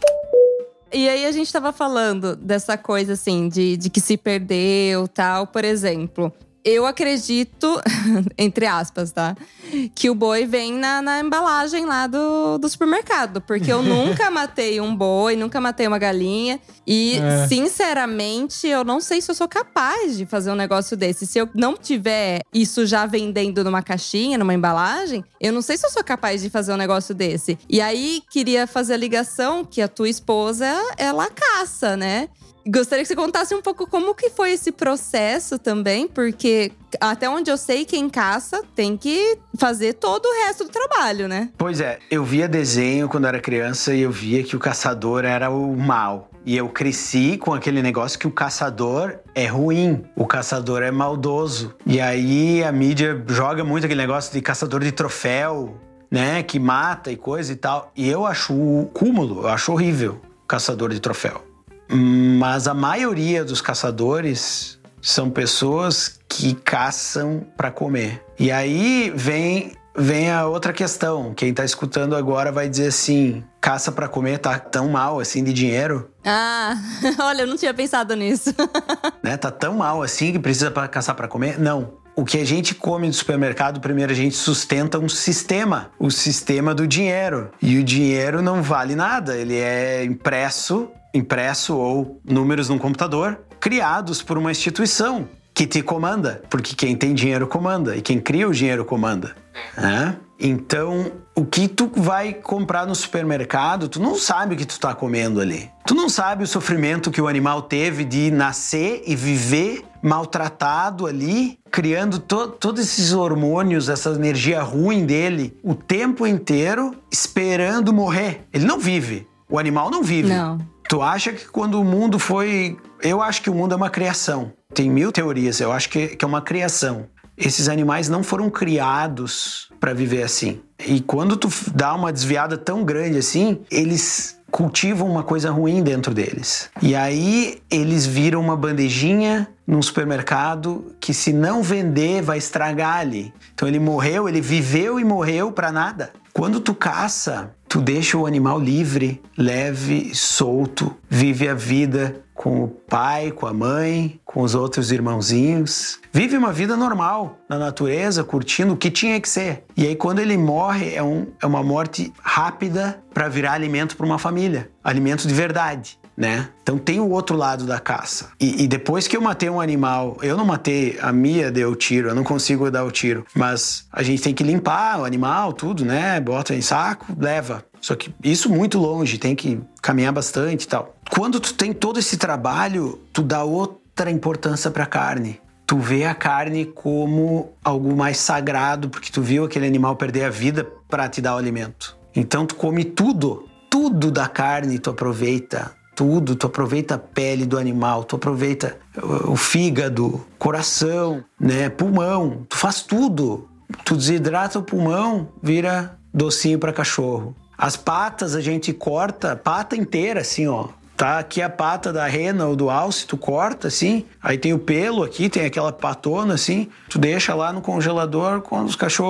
E aí a gente tava falando dessa coisa assim, de, de que se perdeu, tal, por exemplo… Eu acredito, entre aspas, tá? Que o boi vem na, na embalagem lá do, do supermercado. Porque eu nunca matei um boi, nunca matei uma galinha. E, é. sinceramente, eu não sei se eu sou capaz de fazer um negócio desse. Se eu não tiver isso já vendendo numa caixinha, numa embalagem, eu não sei se eu sou capaz de fazer um negócio desse. E aí, queria fazer a ligação que a tua esposa, ela caça, né? Gostaria que você contasse um pouco como que foi esse processo também, porque até onde eu sei, quem caça tem que fazer todo o resto do trabalho, né? Pois é, eu via desenho quando era criança e eu via que o caçador era o mal. E eu cresci com aquele negócio que o caçador é ruim, o caçador é maldoso. E aí a mídia joga muito aquele negócio de caçador de troféu, né? Que mata e coisa e tal. E eu acho o cúmulo, eu acho horrível o caçador de troféu. Mas a maioria dos caçadores são pessoas que caçam para comer. E aí vem, vem a outra questão. Quem tá escutando agora vai dizer assim: caça para comer tá tão mal assim de dinheiro? Ah, olha, eu não tinha pensado nisso. Né? Tá tão mal assim que precisa pra caçar para comer? Não. O que a gente come no supermercado, primeiro a gente sustenta um sistema, o sistema do dinheiro. E o dinheiro não vale nada, ele é impresso, impresso ou números num computador, criados por uma instituição que te comanda, porque quem tem dinheiro comanda e quem cria o dinheiro comanda, né? Então, o que tu vai comprar no supermercado, tu não sabe o que tu tá comendo ali. Tu não sabe o sofrimento que o animal teve de nascer e viver maltratado ali, criando to- todos esses hormônios, essa energia ruim dele, o tempo inteiro esperando morrer. Ele não vive. O animal não vive. Não. Tu acha que quando o mundo foi… Eu acho que o mundo é uma criação. Tem mil teorias, eu acho que, que é uma criação. Esses animais não foram criados para viver assim. E quando tu dá uma desviada tão grande assim, eles cultivam uma coisa ruim dentro deles. E aí eles viram uma bandejinha num supermercado que, se não vender, vai estragar ali. Então ele morreu, ele viveu e morreu para nada. Quando tu caça, tu deixa o animal livre, leve, solto, vive a vida com o pai, com a mãe, com os outros irmãozinhos. Vive uma vida normal, na natureza, curtindo o que tinha que ser. E aí quando ele morre, é, um, é uma morte rápida para virar alimento para uma família. Alimento de verdade, né? Então tem o outro lado da caça. E, e depois que eu matei um animal, eu não matei, a Mia deu o tiro, eu não consigo dar o tiro. Mas a gente tem que limpar o animal, tudo, né? Bota em saco, leva. Só que isso muito longe, tem que caminhar bastante e tal. Quando tu tem todo esse trabalho, tu dá outra importância pra carne. Tu vê a carne como algo mais sagrado, porque tu viu aquele animal perder a vida para te dar o alimento. Então tu come tudo, tudo da carne tu aproveita, tudo. Tu aproveita a pele do animal, tu aproveita o fígado, coração, né, pulmão. Tu faz tudo. Tu desidrata o pulmão, vira docinho para cachorro. As patas a gente corta, pata inteira assim, ó. Tá aqui a pata da rena ou do alce, tu corta assim, aí tem o pelo aqui, tem aquela patona assim, tu deixa lá no congelador, quando os cachorros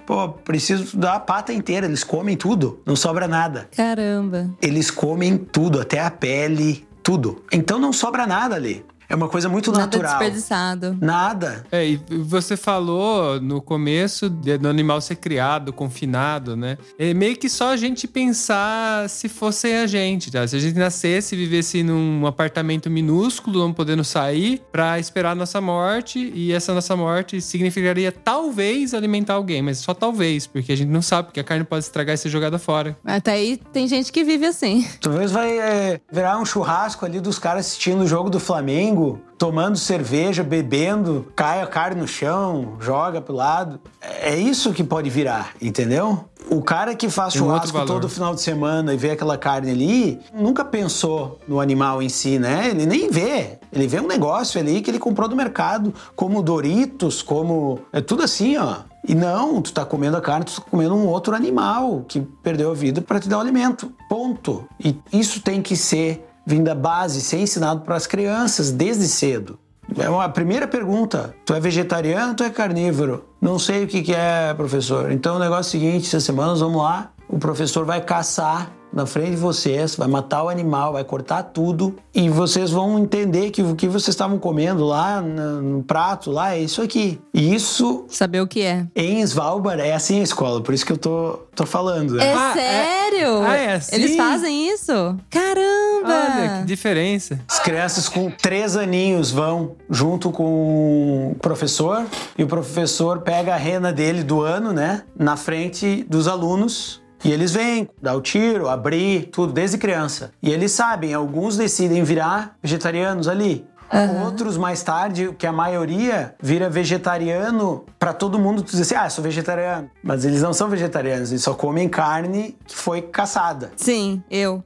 Pô, preciso dar a pata inteira. Eles comem tudo, não sobra nada. Caramba. Eles comem tudo, até a pele, tudo. Então não sobra nada ali. É uma coisa muito Nada natural. desperdiçado. Nada. É, e você falou no começo de- do animal ser criado, confinado, né? É meio que só a gente pensar se fosse a gente, tá? Se a gente nascesse e vivesse num apartamento minúsculo, não podendo sair, pra esperar a nossa morte, e essa nossa morte significaria talvez alimentar alguém, mas só talvez, porque a gente não sabe, porque a carne pode estragar e ser jogada fora. Até aí tem gente que vive assim. Talvez vai é, virar um churrasco ali dos caras assistindo o jogo do Flamengo, tomando cerveja, bebendo, cai a carne no chão, joga pro lado. É isso que pode virar, entendeu? O cara que faz Tem um outro churrasco valor. todo final de semana e vê aquela carne ali, nunca pensou no animal em si, né? Ele nem vê. Ele vê um negócio ali que ele comprou do mercado, como Doritos, como... É tudo assim, ó. E não, tu tá comendo a carne, tu tá comendo um outro animal que perdeu a vida para te dar o alimento. Ponto. E isso tem que ser vindo da base, ser ensinado para as crianças desde cedo. É uma primeira pergunta. Tu é vegetariano ou tu é carnívoro? Não sei o que, que é, professor. Então o negócio é o seguinte, essa semana nós vamos lá, o professor vai caçar na frente de vocês, vai matar o animal, vai cortar tudo e vocês vão entender que o que vocês estavam comendo lá no, no prato, lá, é isso aqui. E isso, Saber o que é. em Svalbard, é assim a escola, por isso que eu tô, tô falando. É Né? Ah, é- sério? Ah, é assim? Eles fazem isso? Caramba! Olha, que diferença. As crianças com três aninhos vão junto com o professor e o professor pega a rena dele do ano, né, na frente dos alunos. E eles vêm dar o tiro, abrir, tudo, desde criança. E eles sabem, alguns decidem virar vegetarianos ali. Uhum. Outros, mais tarde, que a maioria vira vegetariano pra todo mundo dizer assim, ah, sou vegetariano. Mas eles não são vegetarianos, eles só comem carne que foi caçada. Sim, eu.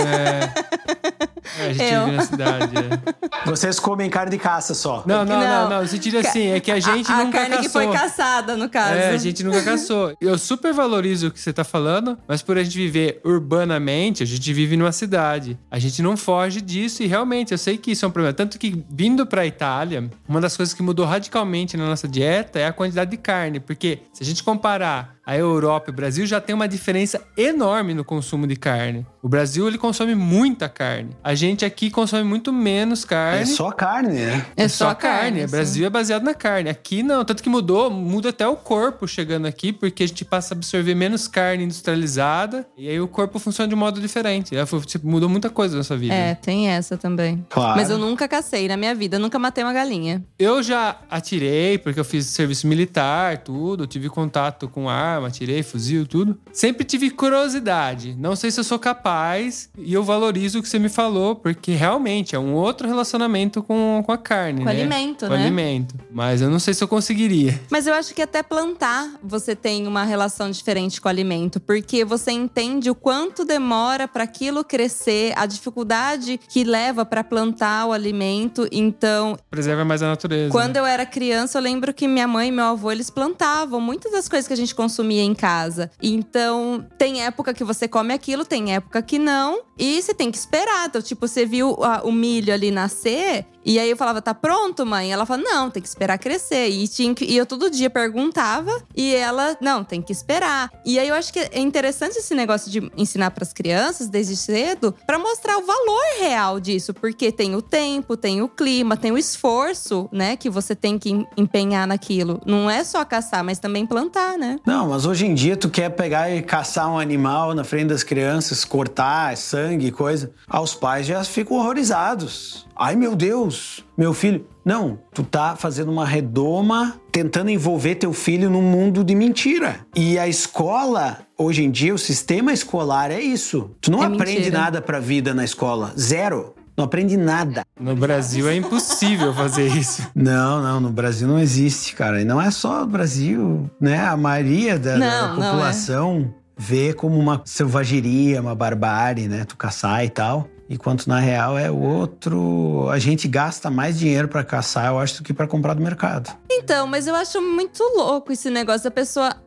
É, a gente Eu. vive na cidade. é. Vocês comem carne de caça só. Não, não, não, Não. não. No sentido assim, é que a gente a, nunca a carne caçou. que foi caçada, no caso. É, a gente nunca caçou. Eu super valorizo o que você tá falando, mas por a gente viver urbanamente, a gente vive numa cidade. A gente não foge disso e realmente eu sei que isso é um problema. Tanto que vindo pra Itália, uma das coisas que mudou radicalmente na nossa dieta é a quantidade de carne. Porque se a gente comparar a Europa e o Brasil, já tem uma diferença enorme no consumo de carne. O Brasil, ele consome muita carne. A gente aqui consome muito menos carne. É só carne, né? É É só só carne. carne, O Brasil é baseado na carne. Aqui não. Tanto que mudou, muda até o corpo chegando aqui, porque a gente passa a absorver menos carne industrializada e aí o corpo funciona de um modo diferente. É, foi, tipo, mudou muita coisa na sua vida. É, tem essa também. Claro. Mas eu nunca cacei na minha vida, eu nunca matei uma galinha. Eu já atirei, porque eu fiz serviço militar, tudo. Eu tive contato com arma, atirei, fuzil, tudo. Sempre tive curiosidade. Não sei se eu sou capaz e eu valorizo o que você me falou, porque realmente é um outro relacionamento com, com a carne, Com né? alimento, com né? alimento. Mas eu não sei se eu conseguiria. Mas eu acho que até plantar você tem uma relação diferente com o alimento, porque você entende o quanto demora para aquilo crescer, a dificuldade que leva para plantar o alimento. Então, Preserva mais a natureza. quando eu era criança, eu lembro que minha mãe e meu avô, eles plantavam muitas das coisas que a gente consumia em casa. Então, tem época que você come aquilo, tem época que não. E você tem que esperar. Então, tipo, você viu a- o milho ali nascer… E aí eu falava, tá pronto, mãe? Ela falava, não, tem que esperar crescer. E, tinha que, e eu todo dia perguntava e ela, não, tem que esperar. E aí eu acho que é interessante esse negócio de ensinar pras crianças desde cedo pra mostrar o valor real disso. Porque tem o tempo, tem o clima, tem o esforço, né? Que você tem que em- empenhar naquilo. Não é só caçar, mas também plantar, né? Não, mas hoje em dia tu quer pegar e caçar um animal na frente das crianças, cortar sangue, coisa. Ah, os pais já ficam horrorizados. Ai, meu Deus, meu filho. Não, tu tá fazendo uma redoma, tentando envolver teu filho num mundo de mentira. E a escola, hoje em dia, o sistema escolar é isso. Tu não É aprende mentira. nada pra vida na escola. Zero. Não aprende nada. No Brasil é impossível fazer isso. Não, não, no Brasil não existe, cara. E não é só no Brasil, né? A maioria da, Não, da não é. população vê como uma selvageria, uma barbárie, né? Tu caçar e tal. Enquanto na real é o outro… A gente gasta mais dinheiro pra caçar, eu acho, do que pra comprar do mercado. Então, mas eu acho muito louco esse negócio da pessoa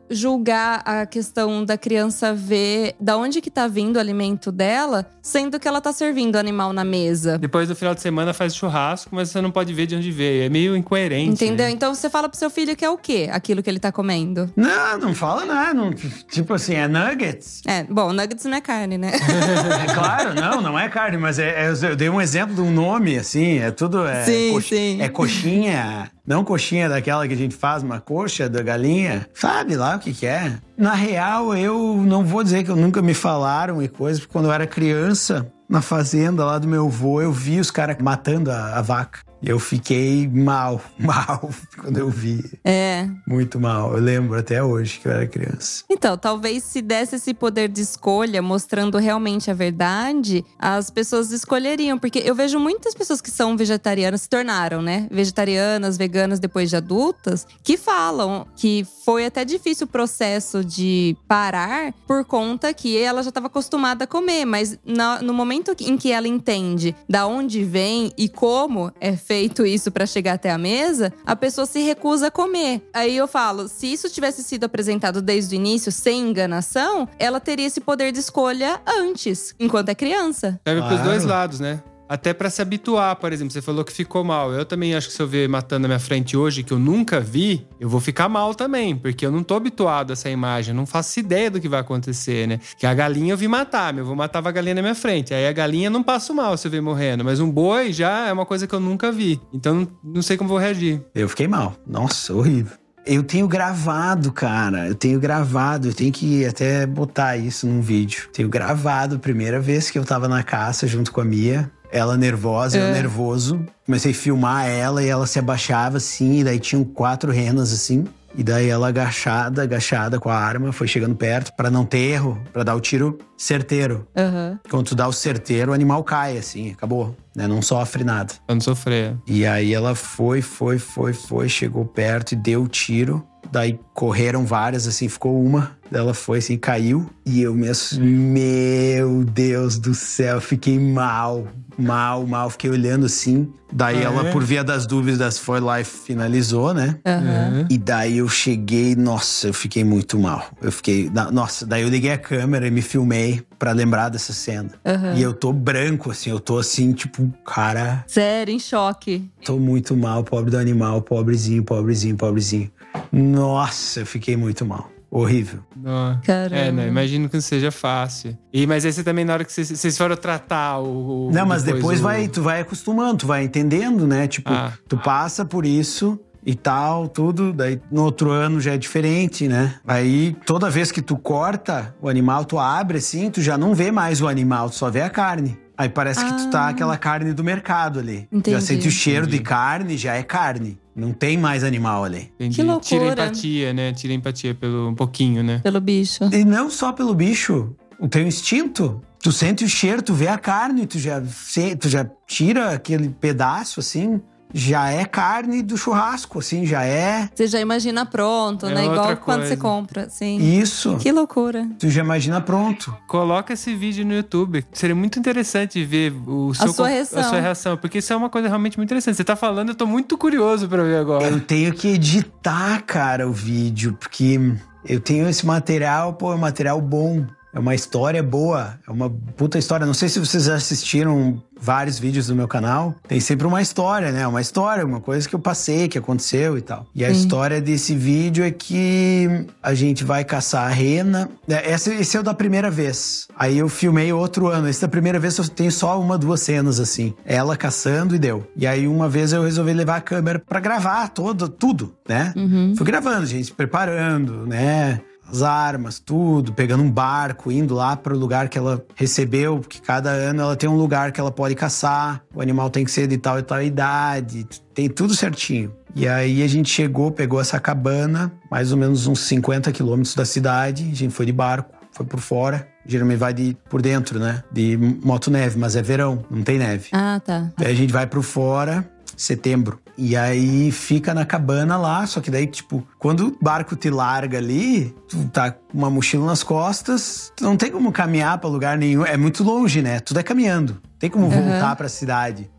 julgar a questão da criança ver da onde que tá vindo o alimento dela, sendo que ela tá servindo o animal na mesa. Depois do final de semana faz churrasco, mas você não pode ver de onde veio. É meio incoerente. Entendeu? Né? Então você fala pro seu filho que é o quê? Aquilo que ele tá comendo. Não, não fala nada. Não, tipo assim, é nuggets. É, bom, nuggets não é carne, né? É claro, não, não é carne, mas é, é, eu dei um exemplo de um nome, assim, é tudo… É, sim, cox, sim. É coxinha, não coxinha daquela que a gente faz, uma coxa da galinha. Sabe lá o que que é? Na real, eu não vou dizer que eu nunca me falaram e coisas, porque quando eu era criança, na fazenda lá do meu avô, eu vi os caras matando a, a vaca. E eu fiquei mal, mal, quando eu vi. É. Muito mal. Eu lembro até hoje que eu era criança. Então, talvez se desse esse poder de escolha, mostrando realmente a verdade, as pessoas escolheriam. Porque eu vejo muitas pessoas que são vegetarianas, se tornaram, né? Vegetarianas, veganas depois de adultas, que falam que foi até difícil o processo de parar por conta que ela já estava acostumada a comer. Mas no, no momento em que ela entende da onde vem e como é feito feito isso pra chegar até a mesa, a pessoa se recusa a comer. Aí eu falo, se isso tivesse sido apresentado desde o início, sem enganação, ela teria esse poder de escolha antes, enquanto é criança. Serve Claro. pros dois lados, né? Até pra se habituar, por exemplo. Você falou que ficou mal. Eu também acho que se eu ver matando na minha frente hoje, que eu nunca vi, eu vou ficar mal também. Porque eu não tô habituado a essa imagem. Eu não faço ideia do que vai acontecer, né? Que a galinha eu vi matar. Eu vou matar a galinha na minha frente. Aí a galinha não passo mal se eu ver morrendo. Mas um boi já é uma coisa que eu nunca vi. Então não sei como vou reagir. Eu fiquei mal. Nossa, horrível. Eu tenho gravado, cara. Eu tenho gravado. Eu tenho que até botar isso num vídeo. Tenho gravado a primeira vez que eu tava na caça junto com a Mia. Ela nervosa, é. eu nervoso. Comecei a filmar ela e ela se abaixava assim. E daí tinham quatro renas assim. E daí ela agachada, agachada com a arma, foi chegando perto pra não ter erro, pra dar o tiro certeiro. Uhum. Quando tu dá o certeiro, o animal cai assim, acabou. Né? Não sofre nada. Pra não sofrer. E aí ela foi, foi, foi, foi, chegou perto e deu o tiro. Daí correram várias, assim, ficou uma. Ela foi, assim, caiu. E eu mesmo, meu Deus do céu, fiquei mal, mal, mal. Fiquei olhando assim. Daí ah, ela, é? por via das dúvidas, foi lá e finalizou, né? Uhum. E daí eu cheguei, nossa, eu fiquei muito mal. Eu fiquei, nossa, daí eu liguei a câmera e me filmei pra lembrar dessa cena. Uhum. E eu tô branco, assim, eu tô assim, tipo, cara… Sério, em choque. Tô muito mal, pobre do animal, pobrezinho, pobrezinho, pobrezinho. Nossa, eu fiquei muito mal. Horrível. Não. Caramba. É, não, imagino que não seja fácil. E, mas aí você também, na hora que vocês, vocês foram tratar o… o não, mas depois, depois o... vai, tu vai acostumando, tu vai entendendo, né? Tipo, ah. tu passa por isso e tal, tudo. Daí no outro ano já é diferente, né? Aí toda vez que tu corta o animal, tu abre assim, tu já não vê mais o animal, tu só vê a carne. Aí parece ah. que tu tá aquela carne do mercado ali. Entendi. Já sente o cheiro Entendi. de carne, já é carne. Não tem mais animal ali. Entendi. Que loucura. Tira a empatia, né? Tira a empatia pelo, um pouquinho, né? Pelo bicho. E não só pelo bicho. O teu instinto. Tu sente o cheiro, tu vê a carne, tu já, tu já tira aquele pedaço, assim… Já é carne do churrasco, assim, já é… Você já imagina pronto, é né? Igual coisa. quando você compra, sim. Isso. Que loucura. Tu já imagina pronto. Coloca esse vídeo no YouTube. Seria muito interessante ver o seu, a, sua reação. a sua reação. Porque isso é uma coisa realmente muito interessante. Você tá falando, eu tô muito curioso pra ver agora. Eu tenho que editar, cara, o vídeo. Porque eu tenho esse material, pô, é um material bom. É uma história boa, é uma puta história. Não sei se vocês assistiram vários vídeos do meu canal. Tem sempre uma história, né? Uma história, uma coisa que eu passei, que aconteceu e tal. E a Sim. história desse vídeo é que a gente vai caçar a rena. Esse, esse é o da primeira vez. Aí eu filmei outro ano. Esse da primeira vez eu tenho só uma, duas cenas, assim. Ela caçando e deu. E aí uma vez eu resolvi levar a câmera pra gravar todo, tudo, né? Uhum. Fui gravando, gente, preparando, né? As armas, tudo, pegando um barco, indo lá para o lugar que ela recebeu, porque cada ano ela tem um lugar que ela pode caçar, o animal tem que ser de tal e tal idade, tem tudo certinho. E aí a gente chegou, pegou essa cabana, mais ou menos uns cinquenta quilômetros da cidade, a gente foi de barco, foi por fora, geralmente vai de, por dentro, né, de motoneve, mas é verão, não tem neve. Ah, tá. Aí a gente vai por fora, setembro. E aí fica na cabana lá, só que daí, tipo, quando o barco te larga ali, tu tá com uma mochila nas costas, tu não tem como caminhar pra lugar nenhum, é muito longe, né? Tudo é caminhando. Tem como voltar uhum. pra cidade.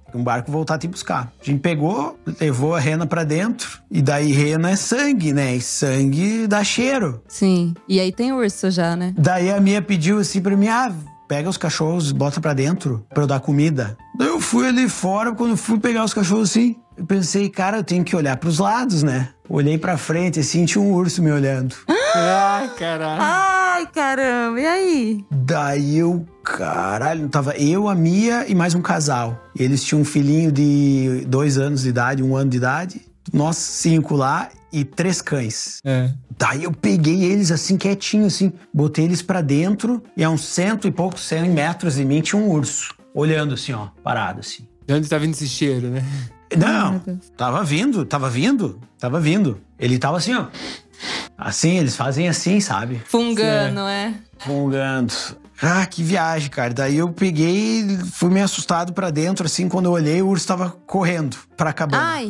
Um barco voltar a te buscar. A gente pegou, levou a rena pra dentro. E daí rena é sangue, né? E sangue dá cheiro. Sim. E aí tem urso já, né? Daí a minha pediu assim pra mim, ah, pega os cachorros, bota pra dentro pra eu dar comida. Daí eu fui ali fora, quando eu fui pegar os cachorros assim, eu pensei, cara, eu tenho que olhar pros lados, né? Olhei pra frente assim, tinha um urso me olhando. Ai, caralho. Ai, caramba, e aí? Daí eu, caralho, tava eu, a Mia e mais um casal. Eles tinham um filhinho de dois anos de idade, um ano de idade. Nós cinco lá e três cães. É. Daí eu peguei eles assim, quietinho assim, botei eles pra dentro e a uns cento e poucos, cem metros de mim tinha um urso. Olhando assim, ó, parado assim. De onde tá vindo esse cheiro, né? Não, tava vindo, tava vindo, tava vindo. Ele tava assim, ó. Assim, eles fazem assim, sabe? Fungando, é. Fungando. Ah, que viagem, cara. Daí eu peguei, fui meio assustado pra dentro, assim, quando eu olhei, o urso tava correndo pra cabana. Ai.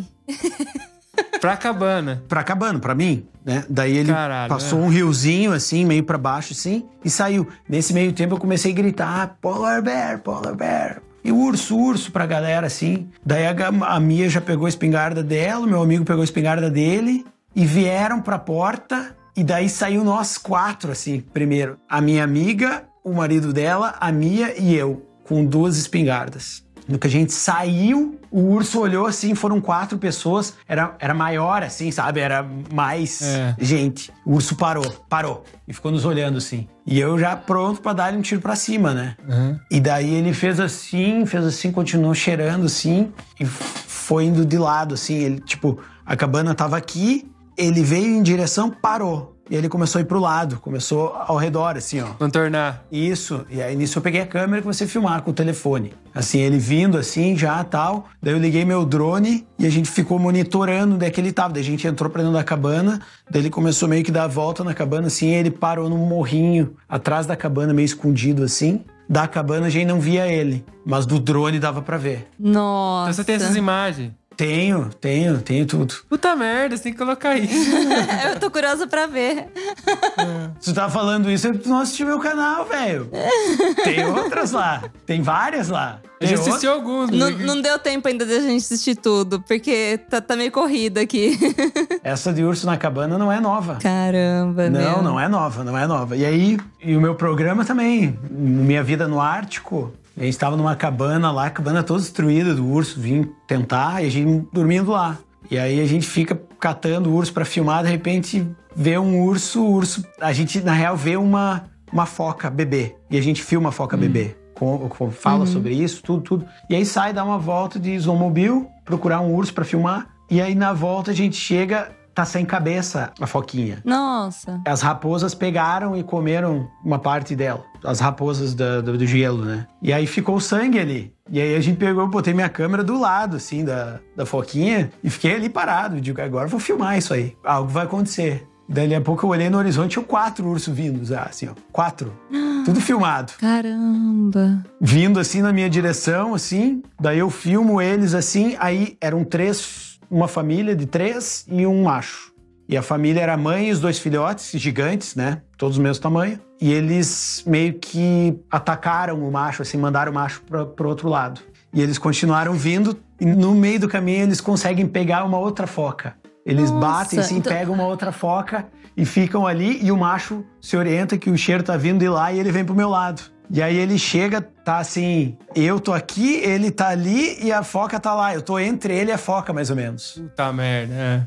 Pra cabana. Pra cabana, pra mim, né? Daí ele Caralho, passou é. um riozinho, assim, meio pra baixo, assim, e saiu. Nesse meio tempo eu comecei a gritar, Polar Bear, Polar Bear. E urso, urso pra galera, assim. Daí a, a Mia já pegou a espingarda dela, meu amigo pegou a espingarda dele, e vieram pra porta, e daí saiu nós quatro, assim, primeiro. A minha amiga, o marido dela, a Mia e eu, com duas espingardas. No que a gente saiu, o urso olhou assim, foram quatro pessoas, era, era maior assim, sabe? Era mais É. gente. O urso parou, parou e ficou nos olhando assim. E eu já pronto pra dar-lhe um tiro pra cima, né? Uhum. E daí ele fez assim, fez assim, continuou cheirando assim e foi indo de lado assim. Ele, tipo, a cabana tava aqui, ele veio em direção, parou. E ele começou a ir pro lado, começou ao redor, assim, ó. Contornar. Isso. E aí, nisso, eu peguei a câmera e comecei a filmar com o telefone. Assim, ele vindo, assim, já, tal. Daí eu liguei meu drone e a gente ficou monitorando onde é que ele tava. Daí a gente entrou pra dentro da cabana, daí ele começou meio que dar a volta na cabana, assim, e ele parou num morrinho atrás da cabana, meio escondido, assim. Da cabana a gente não via ele, mas do drone dava pra ver. Nossa. Então você tem essas imagens. Tenho, tenho, tenho tudo. Puta merda, você tem que colocar isso. Eu tô curiosa pra ver. Se tu tá falando isso, tu não assistiu meu canal, velho. Tem outras lá. Tem várias lá. A gente Tem assistiu alguns. Não, mas- não deu tempo ainda de a gente assistir tudo, porque tá, tá meio corrida aqui. Essa de urso na cabana não é nova. Caramba, Não, meu. não é nova, não é nova. E aí, e o meu programa também, Minha Vida no Ártico, a gente tava numa cabana lá, a cabana toda destruída do urso, vim tentar e a gente dormindo lá. E aí a gente fica catando o urso pra filmar, de repente vê um urso, o urso, a gente na real vê uma, uma foca bebê, e a gente filma a foca bebê. Com, com- fala sobre isso, tudo, tudo. E aí sai, dá uma volta de snowmobile, procurar um urso pra filmar, e aí na volta a gente chega, tá sem cabeça a foquinha. Nossa. As raposas pegaram e comeram uma parte dela. As raposas da- do, do gelo, né? E aí ficou sangue ali. E aí a gente pegou, eu botei minha câmera do lado, assim, da, da foquinha. E fiquei ali parado. Digo, agora eu vou filmar isso aí. Algo vai acontecer. Daí a pouco eu olhei no horizonte, tinha quatro ursos vindo, já, assim, ó. Quatro. Tudo filmado. Caramba. Vindo, assim, na minha direção, assim. Daí eu filmo eles, assim. Aí eram três, uma família de três e um macho. E a família era a mãe e os dois filhotes, gigantes, né? Todos do mesmo tamanho. E eles meio que atacaram o macho, assim, mandaram o macho pra, pro outro lado. E eles continuaram vindo e no meio do caminho eles conseguem pegar uma outra foca. Eles Nossa, batem assim, então- pegam uma outra foca e ficam ali e o macho se orienta que o cheiro tá vindo de lá e ele vem pro meu lado. E aí ele chega, tá assim, eu tô aqui, ele tá ali e a foca tá lá. Eu tô entre ele e a foca, mais ou menos. Puta merda, é.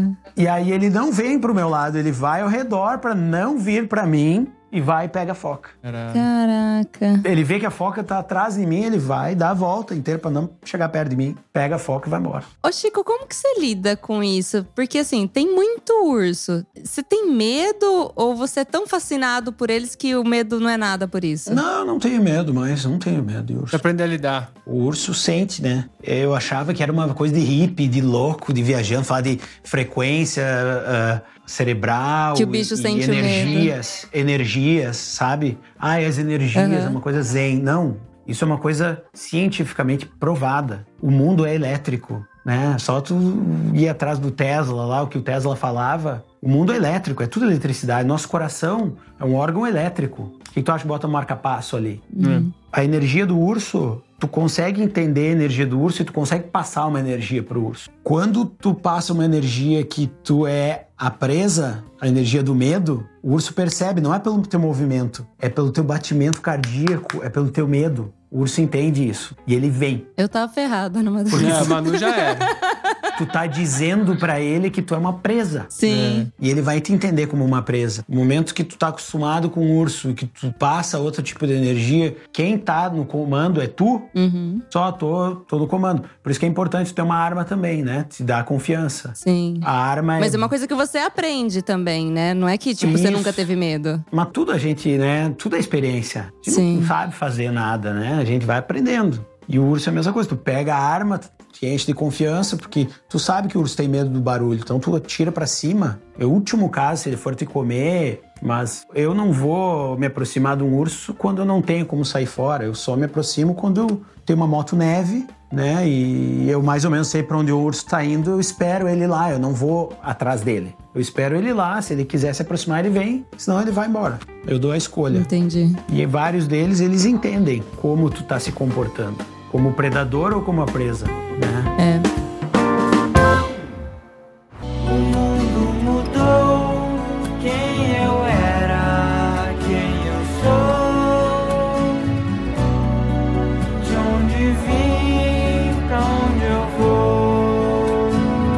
E aí ele não vem pro meu lado, ele vai ao redor pra não vir pra mim e vai e pega a foca. Caralho. Caraca. Ele vê que a foca tá atrás de mim, ele vai, dá a volta inteira pra não chegar perto de mim, pega a foca e vai embora. Ô, Chico, como que você lida com isso? Porque, assim, tem muito urso. Você tem medo ou você é tão fascinado por eles que o medo não é nada por isso? Não, não tenho medo mais, não tenho medo de urso. Você aprende a lidar. O urso sente, né? Eu achava que era uma coisa de hippie, de louco, de viajante, falar de frequência ah, cerebral. Que o bicho e sente o medo. energias, energias, sabe? Ai, as energias, Uhum. é uma coisa zen. Não, isso é uma coisa cientificamente provada. O mundo é elétrico, né? Só tu ir atrás do Tesla lá, o que o Tesla falava. O mundo é elétrico, é tudo eletricidade. Nosso coração é um órgão elétrico. O que tu acha que bota um marca-passo ali? Uhum. A energia do urso tu consegue entender a energia do urso e tu consegue passar uma energia pro urso. Quando tu passa uma energia que tu é a presa, a energia do medo, o urso percebe, não é pelo teu movimento, é pelo teu batimento cardíaco, é pelo teu medo. O urso entende isso e ele vem. Eu tava ferrada numa das É, a Manu já era. Tu tá dizendo pra ele que tu é uma presa. Sim. E ele vai te entender como uma presa. No momento que tu tá acostumado com o urso e que tu passa outro tipo de energia, quem tá no comando é tu. Uhum. Só tô, tô no comando. Por isso que é importante ter uma arma também, né? Te dá confiança. Sim. A arma é... Mas é uma coisa que você aprende também, né? Não é que, tipo, você Isso. nunca teve medo. Mas tudo a gente, né? Tudo é experiência. A gente Sim. não sabe fazer nada, né? A gente vai aprendendo. E o urso é a mesma coisa. Tu pega a arma, te enche de confiança, porque tu sabe que o urso tem medo do barulho. Então tu atira pra cima. É o último caso, se ele for te comer. Mas eu não vou me aproximar de um urso quando eu não tenho como sair fora. Eu só me aproximo quando eu tenho uma moto neve, né? E eu mais ou menos sei pra onde o urso tá indo. Eu espero ele lá. Eu não vou atrás dele. Eu espero ele lá. Se ele quiser se aproximar, ele vem. Senão ele vai embora. Eu dou a escolha. Entendi. E vários deles, eles entendem como tu tá se comportando. Como predador ou como a presa, né? É. O mundo mudou, quem eu era, quem eu sou, de onde vim, pra onde eu vou.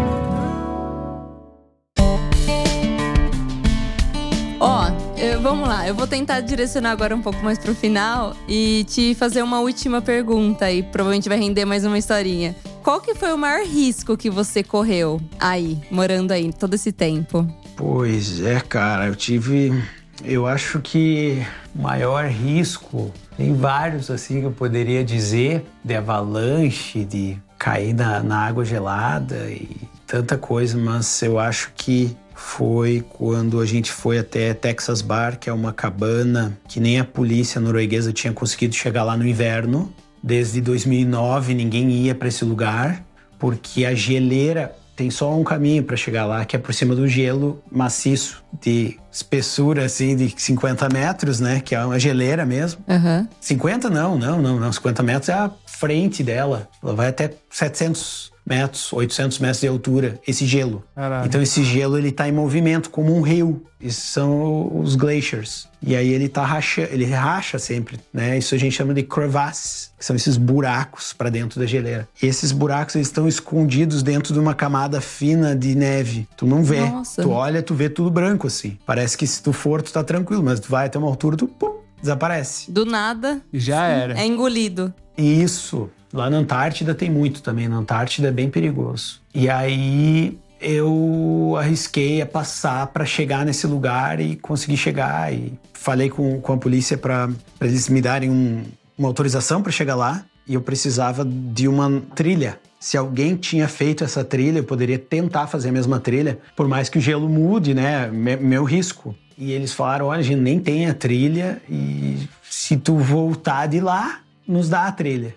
Ó, eu- vamos lá. Eu vou tentar direcionar agora um pouco mais pro final e te fazer uma última pergunta aí. Provavelmente vai render mais uma historinha. Qual que foi o maior risco que você correu aí, morando aí, todo esse tempo? Pois é, cara, eu tive... Eu acho que o maior risco... Tem vários, assim, que eu poderia dizer. De avalanche, de cair na, na água gelada e tanta coisa. Mas eu acho que foi quando a gente foi até Texas Bar, que é uma cabana que nem a polícia norueguesa tinha conseguido chegar lá no inverno. Desde dois mil e nove ninguém ia para esse lugar, porque a geleira tem só um caminho para chegar lá, que é por cima do gelo maciço, de espessura assim de cinquenta metros, né? Que é uma geleira mesmo. Aham. cinquenta não, não, não, não. cinquenta metros é a frente dela. Ela vai até setecentos metros, oitocentos metros de altura, esse gelo. Caralho. Então esse gelo, ele tá em movimento, como um rio. Esses são os glaciers. E aí ele tá racha, ele racha sempre, né? Isso a gente chama de crevasses, que são esses buracos para dentro da geleira. E esses buracos, eles estão escondidos dentro de uma camada fina de neve. Tu não vê. Nossa. Tu olha, tu vê tudo branco, assim. Parece que se tu for, tu tá tranquilo, mas tu vai até uma altura, tu pum, desaparece. Do nada, Já era. é engolido. Isso. Lá na Antártida tem muito também. Na Antártida é bem perigoso. E aí eu arrisquei a passar para chegar nesse lugar e consegui chegar. E falei com, com a polícia para eles me darem um, uma autorização para chegar lá. E eu precisava de uma trilha. Se alguém tinha feito essa trilha, eu poderia tentar fazer a mesma trilha, por mais que o gelo mude, né? Me- meu risco. E eles falaram, olha, a gente nem tem a trilha e se tu voltar de lá, nos dá a trilha.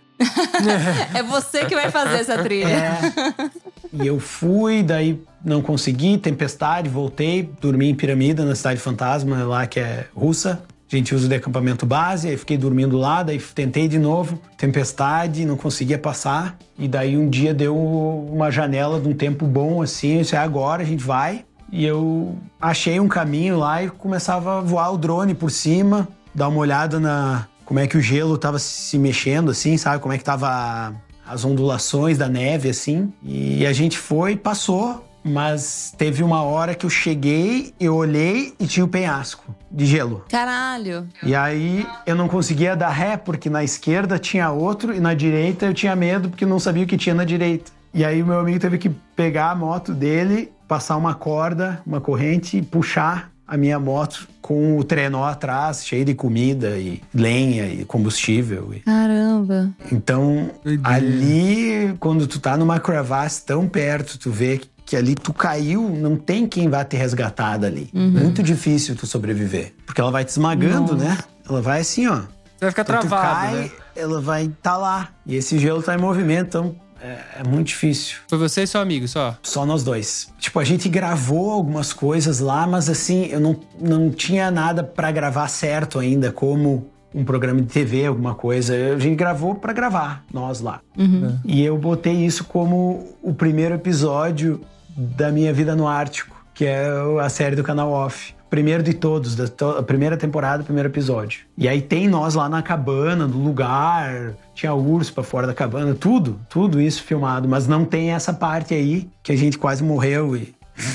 É você que vai fazer essa trilha. É. E eu fui, daí não consegui, tempestade, voltei, dormi em Piramida, na Cidade Fantasma, lá que é russa. A gente usa o de acampamento base, aí fiquei dormindo lá, daí tentei de novo, tempestade, não conseguia passar. E daí um dia deu uma janela de um tempo bom, assim, eu disse, agora a gente vai. E eu achei um caminho lá e começava a voar o drone por cima, dar uma olhada na como é que o gelo tava se mexendo, assim, sabe? Como é que tava as ondulações da neve, assim. E a gente foi, passou, mas teve uma hora que eu cheguei, eu olhei e tinha o penhasco de gelo. Caralho. E aí eu não conseguia dar ré, porque na esquerda tinha outro e na direita eu tinha medo porque não sabia o que tinha na direita. E aí o meu amigo teve que pegar a moto dele, passar uma corda, uma corrente e puxar a minha moto com o trenó atrás, cheio de comida e lenha e combustível. Caramba. Então, Doideira. ali, quando tu tá numa crevasse tão perto, tu vê que ali tu caiu, não tem quem vá te resgatar dali. Muito difícil tu sobreviver. Porque ela vai te esmagando, né? Ela vai assim, ó. Você vai ficar Então, tu travado, cai, né? ela vai estar tá lá. E esse gelo tá em movimento, então é, é muito difícil. Foi você e seu amigo, só? Só nós dois. Tipo, a gente gravou algumas coisas lá, mas assim, eu não, não tinha nada pra gravar certo ainda, como um programa de T V, alguma coisa. A gente gravou pra gravar, nós lá. Uhum. E eu botei isso como o primeiro episódio da minha vida no Ártico, que é a série do canal Off. Primeiro de todos, da to- a primeira temporada, o primeiro episódio. E aí tem nós lá na cabana, no lugar, tinha urso pra fora da cabana, tudo, tudo isso filmado. Mas não tem essa parte aí que a gente quase morreu e...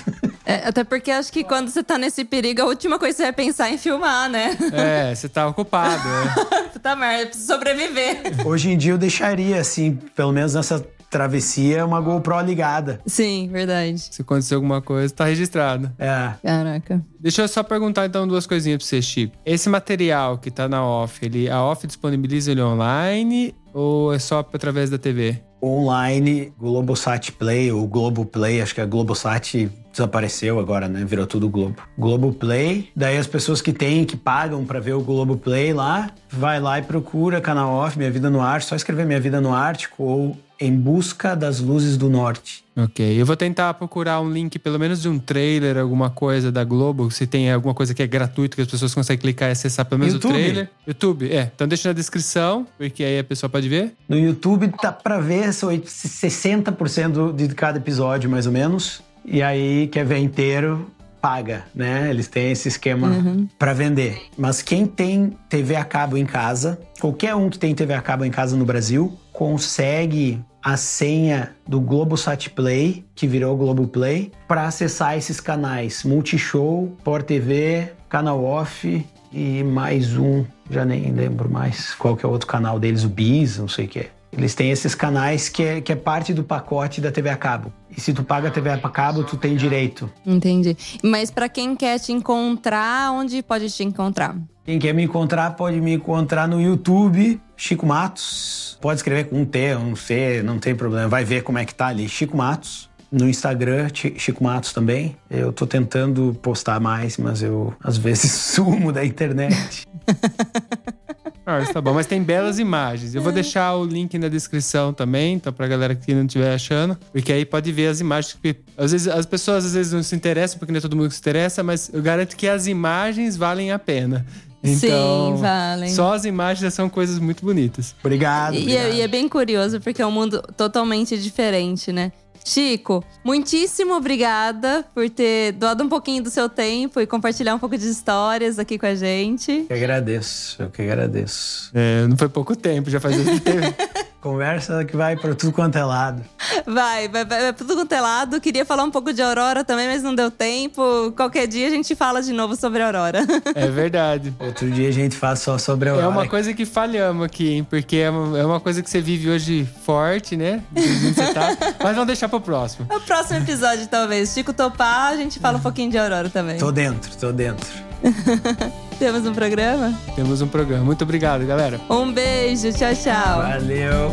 É, até porque acho que quando você tá nesse perigo, a última coisa que você vai pensar é em filmar, né? É, você tá ocupado, né? Puta merda, preciso sobreviver. Hoje em dia eu deixaria, assim, pelo menos nessa travessia, uma GoPro ligada. Sim, verdade. Se acontecer alguma coisa, tá registrado. É. Caraca. Deixa eu só perguntar então duas coisinhas pra você, Chico. Esse material que tá na Off, ele, a Off disponibiliza ele online ou é só através da T V? Online, Globosat Play ou Globoplay, acho que a Globosat desapareceu agora, né? Virou tudo Globo. Globoplay, daí as pessoas que têm, que pagam pra ver o Globoplay lá, vai lá e procura canal Off, Minha Vida no Ártico, só escrever Minha Vida no Ártico ou Em Busca das Luzes do Norte. Ok, eu vou tentar procurar um link, pelo menos de um trailer, alguma coisa da Globo, se tem alguma coisa que é gratuito, que as pessoas conseguem clicar e acessar pelo menos YouTube? o trailer. YouTube, é. Então deixa na descrição, porque aí a pessoa pode ver. No YouTube tá pra ver são sessenta por cento de cada episódio, mais ou menos. E aí, quer ver inteiro, paga, né? Eles têm esse esquema Uhum. pra vender. Mas quem tem T V a cabo em casa, qualquer um que tem T V a cabo em casa no Brasil, consegue a senha do Globosat Play, que virou Globoplay, para acessar esses canais. Multishow, Sport T V, Canal Off e mais um, já nem lembro mais qual que é o outro canal deles, o Bis, não sei o que é. Eles têm esses canais que é, que é parte do pacote da T V a cabo. E se tu paga a T V a cabo, tu tem direito. Entendi. Mas pra quem quer te encontrar, onde pode te encontrar? Quem quer me encontrar, pode me encontrar no YouTube, Chico Matos. Pode escrever com um T, um C, não tem problema. Vai ver como é que tá ali, Chico Matos. No Instagram, Chico Matos também. Eu tô tentando postar mais, mas eu, às vezes, sumo da internet. Ah, isso tá bom. Mas tem belas imagens. Eu vou deixar o link na descrição também, então pra galera que não estiver achando. Porque aí pode ver as imagens. Porque às vezes as pessoas às vezes não se interessam, porque não é todo mundo que se interessa, mas eu garanto que as imagens valem a pena. Então, Sim, valem. só as imagens já são coisas muito bonitas. Obrigado, E, obrigado. é, e é bem curioso, porque é um mundo totalmente diferente, né? Chico, muitíssimo obrigada por ter doado um pouquinho do seu tempo e compartilhar um pouco de histórias aqui com a gente. Eu que agradeço, eu que agradeço. É, não foi pouco tempo, já fazia tempo. Conversa que vai pra tudo quanto é lado. Vai, vai, vai, vai pra tudo quanto é lado. Queria falar um pouco de Aurora também, mas não deu tempo. Qualquer dia a gente fala de novo sobre Aurora. É verdade. Outro dia a gente faz só sobre a Aurora. É uma coisa que falhamos aqui, hein? Porque é uma, é uma coisa que você vive hoje forte, né? Onde você tá. Mas vamos deixar pro próximo. No próximo episódio, talvez. Chico topar, a gente fala um pouquinho de Aurora também. Tô dentro, tô dentro. Temos um programa? Temos um programa. Muito obrigado, galera. Um beijo, tchau, tchau. Valeu.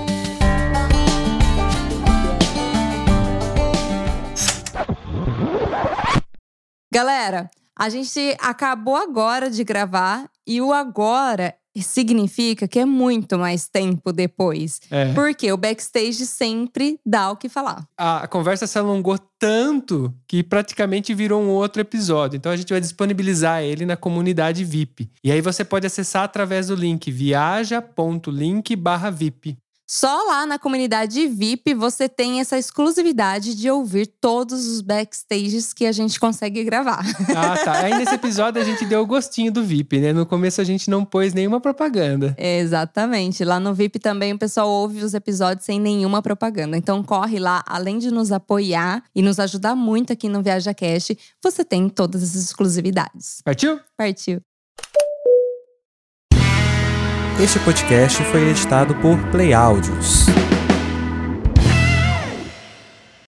Galera, a gente acabou agora de gravar e o agora significa que é muito mais tempo depois. É. Porque o backstage sempre dá o que falar. A, a conversa se alongou tanto que praticamente virou um outro episódio. Então a gente vai disponibilizar ele na comunidade V I P. E aí você pode acessar através do link viaja ponto link barra V I P. Só lá na comunidade V I P você tem essa exclusividade de ouvir todos os backstages que a gente consegue gravar. Ah, tá. Aí nesse episódio a gente deu o gostinho do V I P, né? No começo a gente não pôs nenhuma propaganda. Exatamente. Lá no V I P também o pessoal ouve os episódios sem nenhuma propaganda. Então corre lá, além de nos apoiar e nos ajudar muito aqui no ViajaCast, você tem todas essas exclusividades. Partiu? Partiu. Este podcast foi editado por Play Áudios.